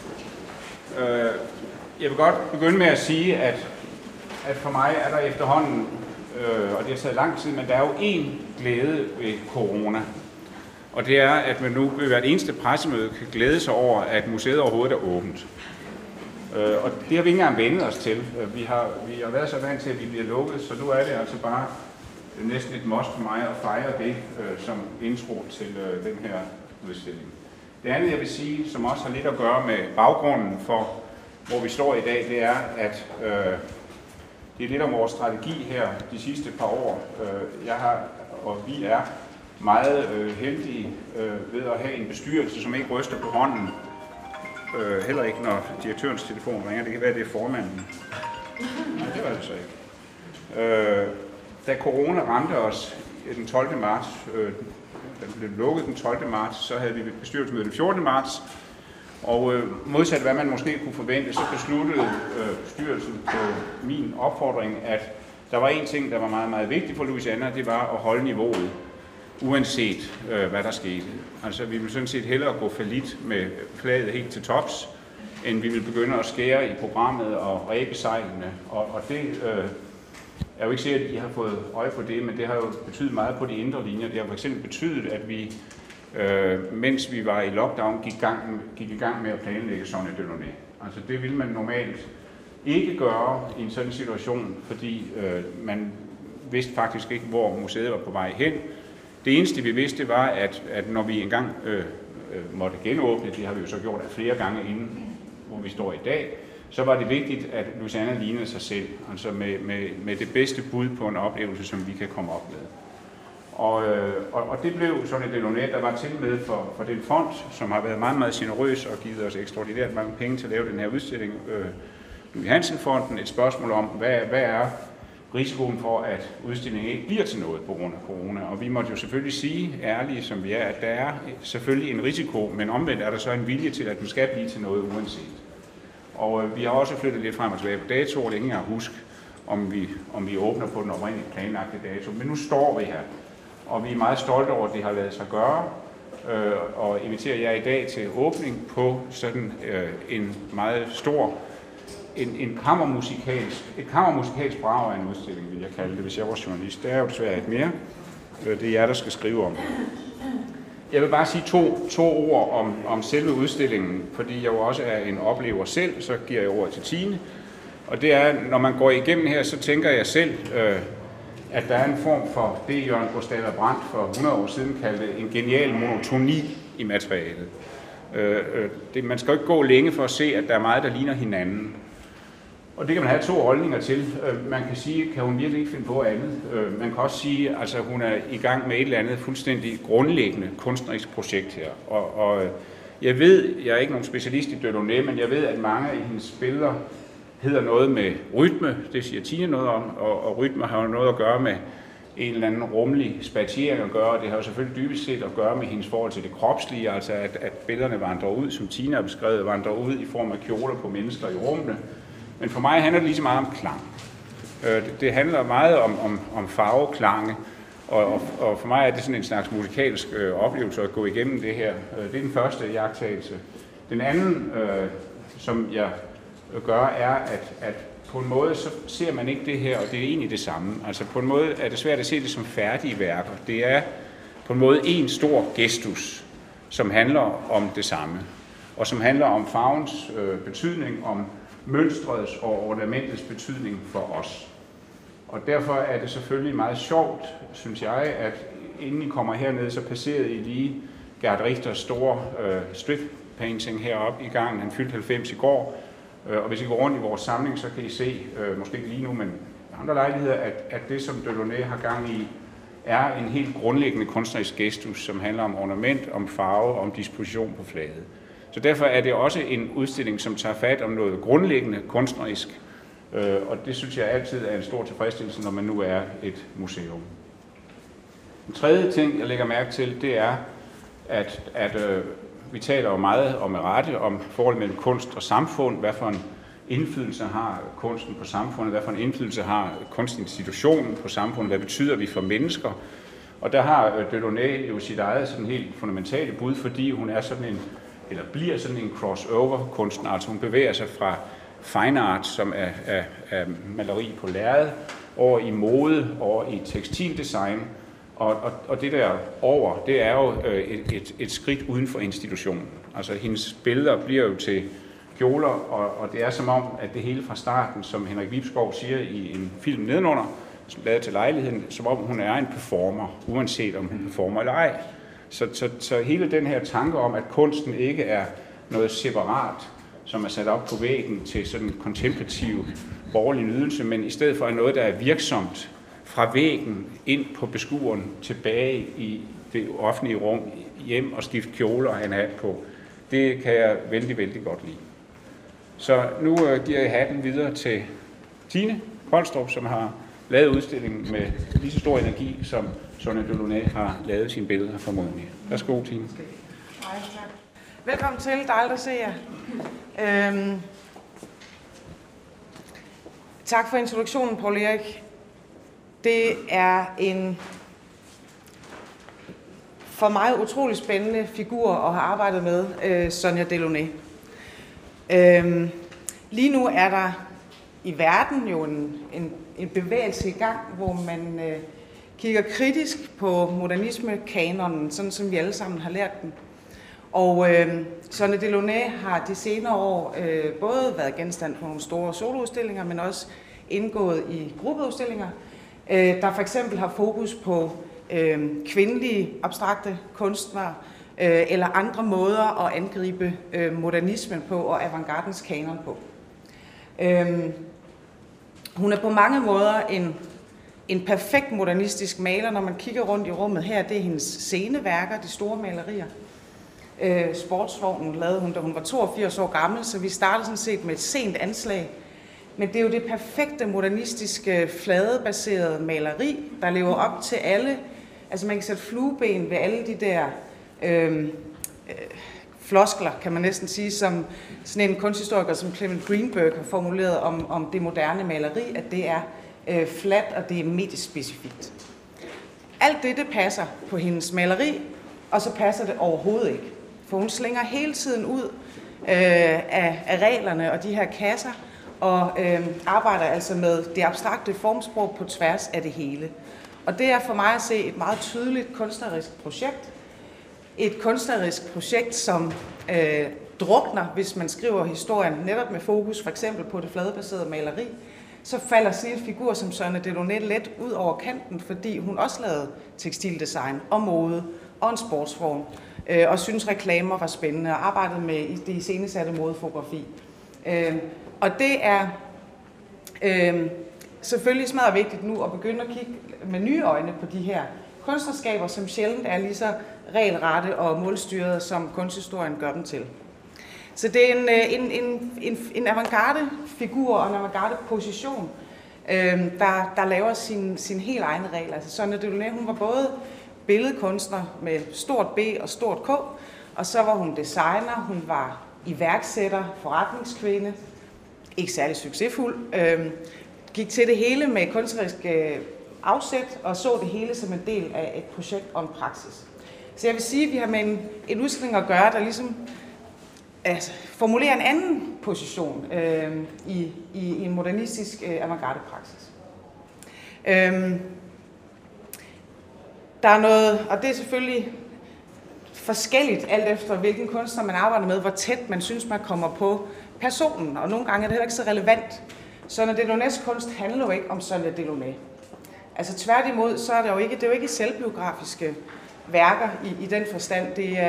Jeg vil godt begynde med at sige, at for mig er der efterhånden, og det har taget lang tid, men der er jo én glæde ved corona. Og det er, at man nu ved hvert eneste pressemøde kan glæde sig over, at museet overhovedet er åbent. Og det har vi ikke engang vendet os til. Vi har været så vant til, at vi bliver lukket, så nu er det altså bare næsten et must for mig at fejre det som intro til den her udstilling. Det andet, jeg vil sige, som også har lidt at gøre med baggrunden for, hvor vi står i dag, det er, at det er lidt om vores strategi her de sidste par år. Vi er meget heldige ved at have en bestyrelse, som ikke ryster på hånden. Heller ikke, når direktørens telefon ringer. Det kan være, det er formanden. Nej, det var det så ikke. Da corona ramte os den 12. marts, da den blev lukket den 12. marts, så havde vi bestyrelsesmøde den 14. marts. Og modsat hvad man måske kunne forvente, så besluttede bestyrelsen på min opfordring, at der var en ting, der var meget, meget vigtig for Louisiana, det var at holde niveauet, uanset hvad der skete. Altså vi vil sådan set hellere gå fallit med flaget helt til tops, end vi vil begynde at skære i programmet og ræbe sejlene. Og det er jo ikke sikkert, at I har fået øje på det, men det har jo betydet meget på de indre linjer. Det har for eksempel betydet, at vi, mens vi var i lockdown, gik i gang med at planlægge Sonia Delaunay. Altså det ville man normalt ikke gøre i en sådan situation, fordi man vidste faktisk ikke, hvor museet var på vej hen. Det eneste, vi vidste, var, at når vi engang måtte genåbne, det har vi jo så gjort flere gange inden, hvor vi står i dag, så var det vigtigt, at Louisiana lignede sig selv, altså med det bedste bud på en oplevelse, som vi kan komme op med. Og det blev Sonia Delaunay, der var til med for den fond, som har været meget, meget generøs og givet os ekstraordinært mange penge til at lave den her udstilling, Louis Hansen-fonden, et spørgsmål om, hvad er risikoen for, at udstillingen ikke bliver til noget på grund af corona. Og vi måtte jo selvfølgelig sige, ærlige som vi er, at der er selvfølgelig en risiko, men omvendt er der så en vilje til, at den skal blive til noget uanset. Og vi har også flyttet lidt frem og tilbage på datoer, det er ikke engang at huske. om vi åbner på den oprindeligt planlagte dato. Men nu står vi her, og vi er meget stolte over, at det har lavet sig gøre, og inviterer jer i dag til åbning på sådan en meget stor, et kammermusikalsk brag af en udstilling, vil jeg kalde det, hvis jeg var journalist. Det er jo desværre ikke mere. Det er jer, der skal skrive om det. Jeg vil bare sige to ord om selve udstillingen, fordi jeg jo også er en oplever selv, så giver jeg ordet til Tine. Og det er, når man går igennem her, så tænker jeg selv, at der er en form for det, Jørgen Gustav Brandt for 100 år siden kaldte en genial monotoni i materialet. Man skal jo ikke gå længe for at se, at der er meget, der ligner hinanden. Og det kan man have to holdninger til. Man kan sige, kan hun virkelig ikke finde på andet? Man kan også sige, at altså, hun er i gang med et eller andet fuldstændig grundlæggende kunstnerisk projekt her. Og jeg ved, jeg er ikke nogen specialist i Delaunay, men jeg ved, at mange af hendes billeder hedder noget med rytme, det siger Tine noget om, og rytme har jo noget at gøre med en eller anden rummelig spatiering at gøre, og det har jo selvfølgelig dybest set at gøre med hendes forhold til det kropslige, altså at billederne vandrer ud, som Tine har beskrevet, vandrer ud i form af kjoler på mennesker i rummene. Men for mig handler det lige så meget om klang. Det handler meget om farveklange, og for mig er det sådan en slags musikalsk oplevelse at gå igennem det her. Det er den første iagttagelse. Den anden, som jeg gør, er, at på en måde så ser man ikke det her, og det er egentlig det samme. Altså på en måde er det svært at se det som færdige værker. Det er på en måde en stor gestus, som handler om det samme, og som handler om farvens betydning, om mønstrets og ornamentets betydning for os. Og derfor er det selvfølgelig meget sjovt, synes jeg, at inden I kommer herned, så passerede I lige Gerd Richters store strip painting heroppe i gangen. Han fyldte 90 i går. Og hvis I går rundt i vores samling, så kan I se, måske ikke lige nu, men andre lejligheder, at det, som Delaunay har gang i, er en helt grundlæggende kunstnerisk gestus, som handler om ornament, om farve og om disposition på flaget. Så derfor er det også en udstilling, som tager fat om noget grundlæggende kunstnerisk, og det synes jeg altid er en stor tilfredsstillelse, når man nu er et museum. Den tredje ting, jeg lægger mærke til, det er, at vi taler jo meget om rette, om forholdet mellem kunst og samfund, hvad for en indflydelse har kunsten på samfundet, hvad for en indflydelse har kunstinstitutionen på samfundet, hvad betyder vi for mennesker. Og der har Delaunay jo sit eget sådan helt fundamentale bud, fordi hun er sådan en, eller bliver sådan en crossover-kunstner, altså hun bevæger sig fra fine art, som er maleri på lærred, over i mode, over i tekstildesign, og det der over, det er jo et skridt uden for institutionen. Altså hendes billeder bliver jo til kjoler, og det er som om, at det hele fra starten, som Henrik Vibskov siger i en film nedenunder, lavet til lejligheden, som om hun er en performer, uanset om hun performer eller ej. Så hele den her tanke om, at kunsten ikke er noget separat, som er sat op på væggen til sådan en kontemplativ borgerlig nydelse, men i stedet for er noget, der er virksomt fra væggen ind på beskueren, tilbage i det offentlige rum, hjem og skifte kjoler og have en hat på. Det kan jeg vældig, vældig godt lide. Så nu giver jeg hatten videre til Tine Polstrup, som har lavet udstillingen med lige så stor energi, som Sonia Delaunay har lavet sine billeder formodentlig. Værsgo, Tine. Hej, tak. Velkommen til. Dejligt at se jer. Tak for introduktionen, Poul Erik. Det er en for mig utrolig spændende figur at have arbejdet med, Sonia Delaunay. Lige nu er der i verden jo en bevægelse i gang, hvor man kigger kritisk på modernisme-kanonen, sådan som vi alle sammen har lært den. Og Sonia Delaunay har de senere år både været genstand for nogle store soloudstillinger, men også indgået i gruppeudstillinger, der for eksempel har fokus på kvindelige abstrakte kunstnere, eller andre måder at angribe modernismen på og avantgardens kanon på. Hun er på mange måder en perfekt modernistisk maler, når man kigger rundt i rummet her. Det er hendes sceneværker, de store malerier. Sportsvognen lavede hun, da hun var 82 år gammel, så vi startede sådan set med et sent anslag. Men det er jo det perfekte modernistiske, fladebaserede maleri, der lever op til alle. Altså man kan sætte flueben ved alle de der floskler, kan man næsten sige, som sådan en kunsthistoriker som Clement Greenberg har formuleret om det moderne maleri, at det er fladt, og det er mediespecifikt. Alt det passer på hendes maleri, og så passer det overhovedet ikke. For hun slænger hele tiden ud af reglerne og de her kasser, og arbejder altså med det abstrakte formsprog på tværs af det hele. Og det er for mig at se et meget tydeligt kunstnerisk projekt. Et kunstnerisk projekt, som drukner, hvis man skriver historien netop med fokus for eksempel på det fladebaserede maleri, så falder sådan en figur som Sonia Delaunay let ud over kanten, fordi hun også lavede tekstildesign og mode og en sportsform, og synes reklamer var spændende og arbejdede med det iscenesatte modefotografi. Og det er selvfølgelig smadret vigtigt nu at begynde at kigge med nye øjne på de her kunstnerskaber, som sjældent er lige så regelrette og målstyrede, som kunsthistorien gør dem til. Så det er en avantgarde-figur og en avantgarde-position, der laver sin helt egne regler. Altså Sonia Delaunay, hun var både billedkunstner med stort B og stort K, og så var hun designer, hun var iværksætter, forretningskvinde, ikke særlig succesfuld, gik til det hele med kunstnerisk afsæt og så det hele som en del af et projekt og en praksis. Så jeg vil sige, at vi har med en udstilling at gøre, der ligesom formulerer en anden position i en modernistisk avantgarde-praksis. Der er noget, og det er selvfølgelig forskelligt alt efter hvilken kunstner man arbejder med, hvor tæt man synes man kommer på personen, og nogle gange er det heller ikke så relevant. Sonia Delaunay's kunst handler jo ikke om Sonia Delaunay. Altså tværtimod, så er det er jo ikke selvbiografiske værker i den forstand.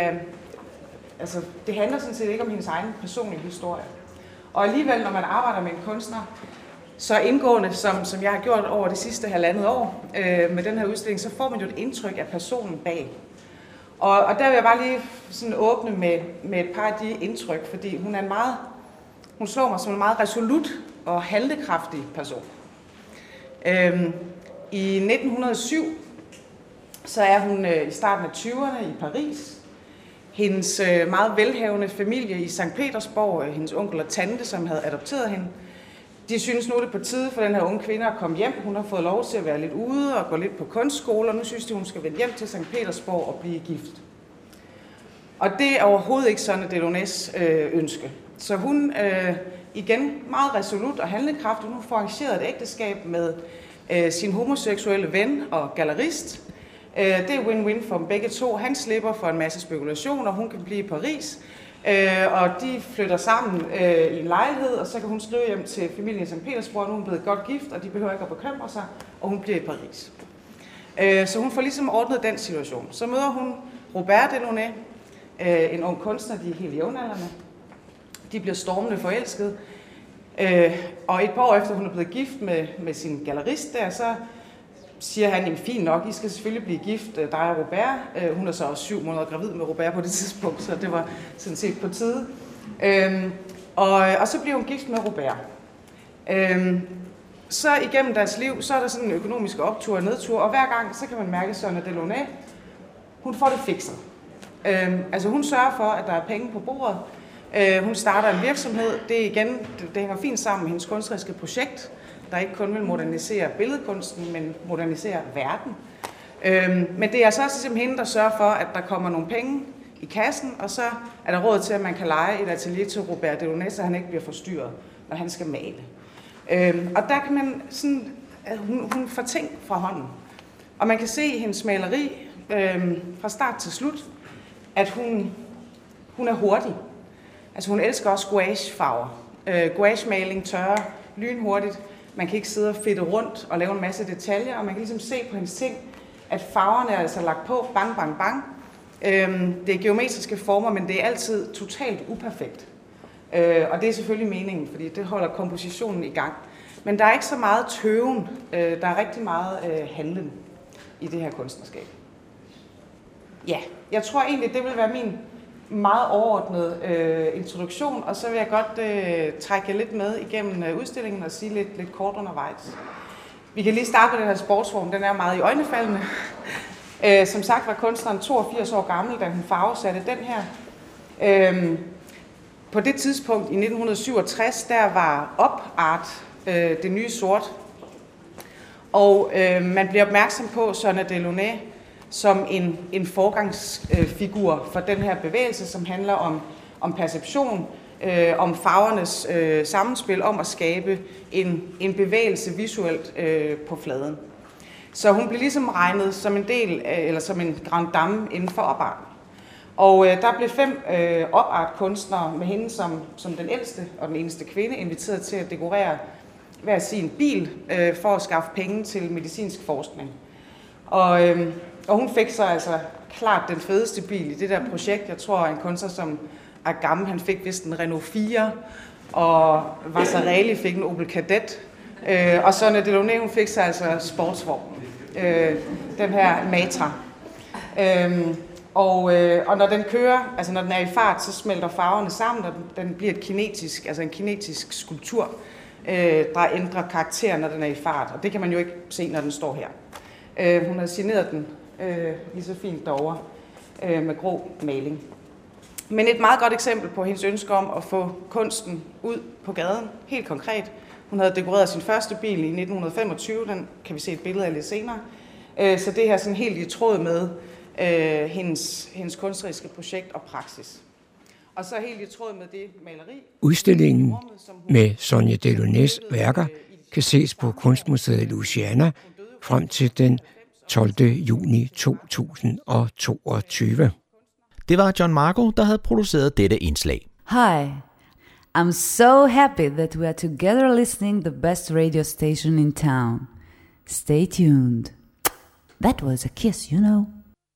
Det handler sådan set ikke om hendes egen personlige historie. Og alligevel, når man arbejder med en kunstner, så indgående, som jeg har gjort over det sidste 1,5 år med den her udstilling, så får man jo et indtryk af personen bag. Og der vil jeg bare lige sådan åbne med et par af de indtryk, fordi hun slår mig som en meget resolut og handlekraftig person. I 1907, så er hun i starten af 20'erne i Paris. Hendes meget velhavende familie i St. Petersborg, hendes onkel og tante, som havde adopteret hende, de synes nu, det er på tide for den her unge kvinde at komme hjem. Hun har fået lov til at være lidt ude og gå lidt på kunstskole, og nu synes de, hun skal vende hjem til St. Petersborg og blive gift. Og det er overhovedet ikke Sonia Delaunay's ønske. Så hun, igen meget resolut og handlekraftig, hun får arrangeret et ægteskab med sin homoseksuelle ven og gallerist. Det er win-win for dem begge to. Han slipper for en masse spekulationer, hun kan blive i Paris, og de flytter sammen i en lejlighed, og så kan hun skrive hjem til familien i St. Petersborg, nu er hun blevet godt gift, og de behøver ikke at bekymre sig, og hun bliver i Paris. Så hun får ligesom ordnet den situation. Så møder hun Robert Delaunay, en ung kunstner, de er helt jævnaldrende. De bliver stormende forelsket, og et par år efter hun er blevet gift med sin gallerist der, så siger han, jamen fint nok, I skal selvfølgelig blive gift, dig og Robert. Hun er så også 7 måneder gravid med Robert på det tidspunkt, så det var sådan set på tide. Og så bliver hun gift med Robert. Så igennem deres liv, så er der sådan en økonomisk optur og nedtur, og hver gang, så kan man mærke, at Sonia Delaunay, hun får det fikset. Altså hun sørger for, at der er penge på bordet. Hun starter en virksomhed. Det hænger fint sammen med hendes kunstneriske projekt, der ikke kun vil modernisere billedkunsten, men modernisere verden. Men det er så også simpelthen hende, der sørger for, at der kommer nogle penge i kassen, og så er der råd til, at man kan leje et atelier til Robert Delaunay, så han ikke bliver forstyrret, når han skal male. Og der kan man sådan, hun får ting fra hånden. Og man kan se i hendes maleri fra start til slut, at hun er hurtig. Altså hun elsker også gouachefarver. Gouachemaling tørrer lynhurtigt. Man kan ikke sidde og fedte rundt og lave en masse detaljer, og man kan ligesom se på hendes ting, at farverne er altså lagt på, bang, bang, bang. Det er geometriske former, men det er altid totalt uperfekt. Og det er selvfølgelig meningen, fordi det holder kompositionen i gang. Men der er ikke så meget tøven, der er rigtig meget handlen i det her kunstnerskab. Ja, jeg tror egentlig, det vil være min meget overordnet introduktion, og så vil jeg godt trække jer lidt med igennem udstillingen og sige lidt kort undervejs. Vi kan lige starte med den her sportsform, den er meget iøjnefaldende. Som sagt var kunstneren 82 år gammel, da hun farvesatte den her. På det tidspunkt i 1967, der var op art det nye sort. Og man bliver opmærksom på Sonia Delaunay som en forgangsfigur for den her bevægelse, som handler om perception, om farvernes sammenspil, om at skabe en bevægelse visuelt på fladen. Så hun blev ligesom regnet som en del, eller som en grand dame inden for opart. Og der blev 5 opart-kunstnere med hende som den ældste og den eneste kvinde inviteret til at dekorere hver sin bil for at skaffe penge til medicinsk forskning. Og hun fik så altså klart den fedeste bil i det der projekt. Jeg tror, en kunstner som Agam, han fik vist en Renault 4, og Vasarely fik en Opel Kadett. Og Sonia Delaunay, hun fik så altså sportsvognen, den her Matra. Og når den kører, altså når den er i fart, så smelter farverne sammen, og den bliver en kinetisk skulptur, der ændrer karakter, når den er i fart. Og det kan man jo ikke se, når den står her. Hun har signeret den lige så fint derovre med grå maling. Men et meget godt eksempel på hendes ønske om at få kunsten ud på gaden, helt konkret. Hun havde dekoreret sin første bil i 1925, den kan vi se et billede af lidt senere. Så det her sådan helt i tråd med hendes kunstneriske projekt og praksis. Og så helt i tråd med det maleri. Udstillingen med Sonia Delaunays værker kan ses på Kunstmuseet Louisiana frem til den 12. juni 2022. Det var John Marco, der havde produceret dette indslag. Hi, I'm so happy that we are together listening the best radio station in town. Stay tuned. That was a kiss, you know.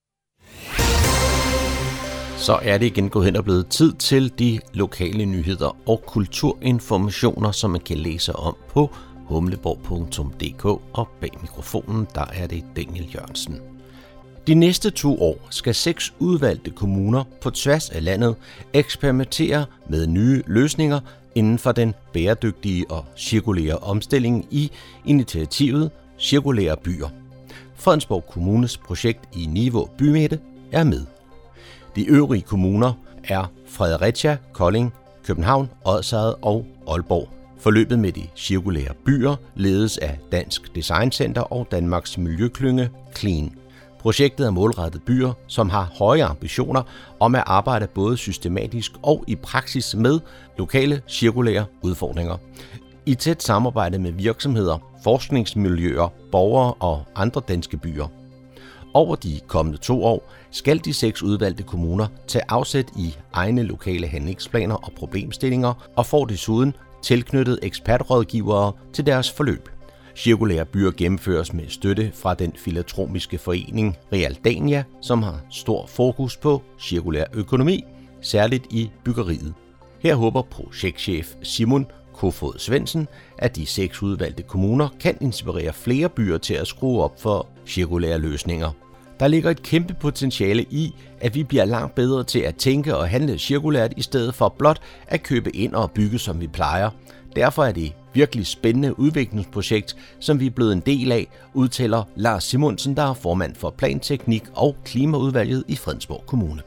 Så er det igen gået hen og blevet tid til de lokale nyheder og kulturinformationer, som man kan læse om på humleborg.dk, og bag mikrofonen, der er det Daniel Jørgensen. De næste 2 år skal 6 udvalgte kommuner på tværs af landet eksperimentere med nye løsninger inden for den bæredygtige og cirkulære omstilling i initiativet Cirkulære Byer. Fredensborg Kommunes projekt i Nivå Bymidte er med. De øvrige kommuner er Fredericia, Kolding, København, Odsherred og Aalborg. Forløbet med de cirkulære byer ledes af Dansk Design Center og Danmarks miljøklynge Clean. Projektet er målrettet byer, som har høje ambitioner om at arbejde både systematisk og i praksis med lokale cirkulære udfordringer. I tæt samarbejde med virksomheder, forskningsmiljøer, borgere og andre danske byer. Over de kommende 2 år skal de 6 udvalgte kommuner tage afsæt i egne lokale handlingsplaner og problemstillinger og får desuden tilknyttet ekspertrådgivere til deres forløb. Cirkulære byer gennemføres med støtte fra den filantropiske forening Realdania, som har stor fokus på cirkulær økonomi, særligt i byggeriet. Her håber projektchef Simon Kofod Svendsen, at de 6 udvalgte kommuner kan inspirere flere byer til at skrue op for cirkulære løsninger. Der ligger et kæmpe potentiale i, at vi bliver langt bedre til at tænke og handle cirkulært i stedet for blot at købe ind og bygge, som vi plejer. Derfor er det et virkelig spændende udviklingsprojekt, som vi er blevet en del af, udtaler Lars Simonsen, der er formand for Planteknik og Klimaudvalget i Fredensborg Kommune.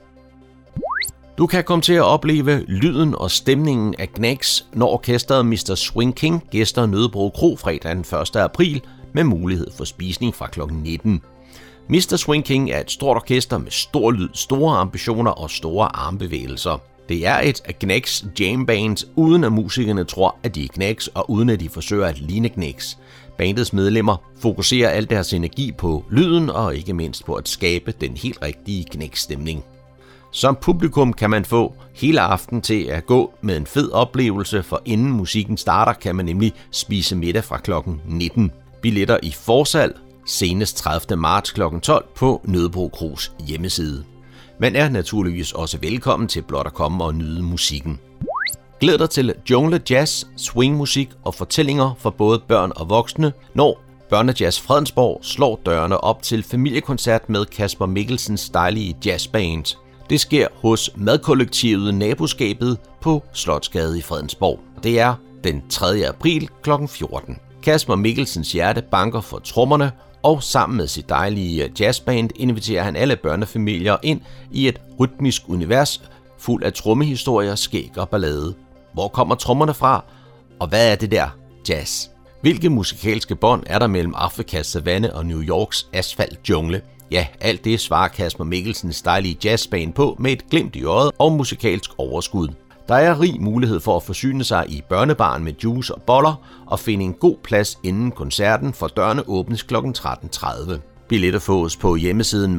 Du kan komme til at opleve lyden og stemningen af Gnags, når orkestret Mr. Swing King gæster Nødebro Kro fredag den 1. april med mulighed for spisning fra kl. 19. Mr. Swing King er et stort orkester med stor lyd, store ambitioner og store armbevægelser. Det er et Gnags jamband, uden at musikerne tror, at de er Gnags, og uden at de forsøger at ligne Gnags. Bandets medlemmer fokuserer al deres energi på lyden og ikke mindst på at skabe den helt rigtige Gnags-stemning. Som publikum kan man få hele aften til at gå med en fed oplevelse, for inden musikken starter, kan man nemlig spise middag fra kl. 19. Billetter i forsalg senest 30. marts kl. 12 på Nødebro Kros hjemmeside. Man er naturligvis også velkommen til blot at komme og nyde musikken. Glæd dig til jungle, jazz, swingmusik og fortællinger for både børn og voksne, når Børnejazz Fredensborg slår dørene op til familiekoncert med Kasper Mikkelsens dejlige jazzband. Det sker hos madkollektivet Naboskabet på Slotsgade i Fredensborg. Det er den 3. april kl. 14. Kasper Mikkelsens hjerte banker for trommerne, og sammen med sit dejlige jazzband inviterer han alle børnefamilier ind i et rytmisk univers fuld af trommehistorier, skæg og ballade. Hvor kommer trommerne fra? Og hvad er det der jazz? Hvilke musikalske bånd er der mellem Afrikas savanne og New Yorks asfaltjungle? Ja, alt det svarer Kasper Mikkelsens dejlige jazzband på med et glimt i øjet og musikalsk overskud. Der er rig mulighed for at forsyne sig i børnebaren med juice og boller og finde en god plads inden koncerten, for dørene åbnes kl. 13.30. Billetter fås på hjemmesiden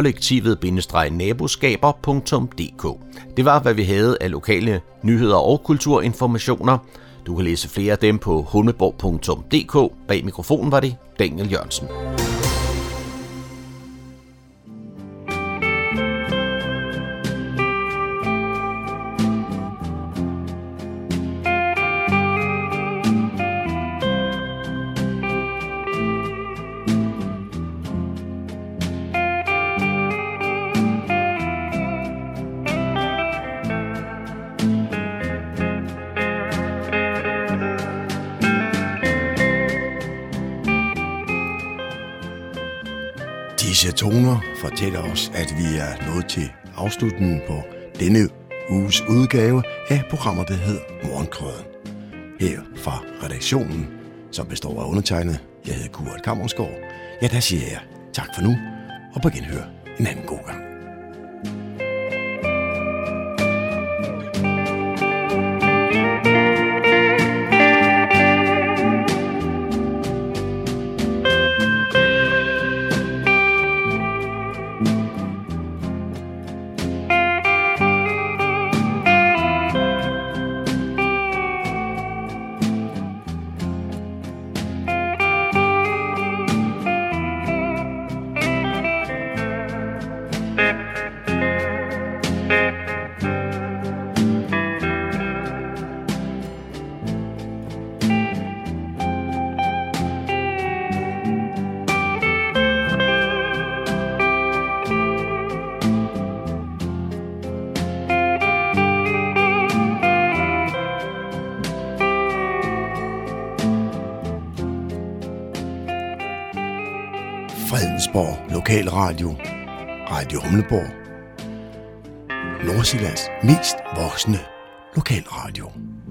madkollektivet-naboskaber.dk. Det var, hvad vi havde af lokale nyheder og kulturinformationer. Du kan læse flere af dem på humleborg.dk. Bag mikrofonen var det Daniel Jørgensen. Disse toner fortæller os, at vi er nået til afslutningen på denne uges udgave af programmet, der hedder Morgenkrøden. Her fra redaktionen, som består af undertegnet, jeg hedder Kurt Kammersgaard. Ja, der siger jeg tak for nu, og på genhør en anden god gang. Fredensborg Lokalradio, Radio Humleborg, Nordsjællands mest voksne lokalradio.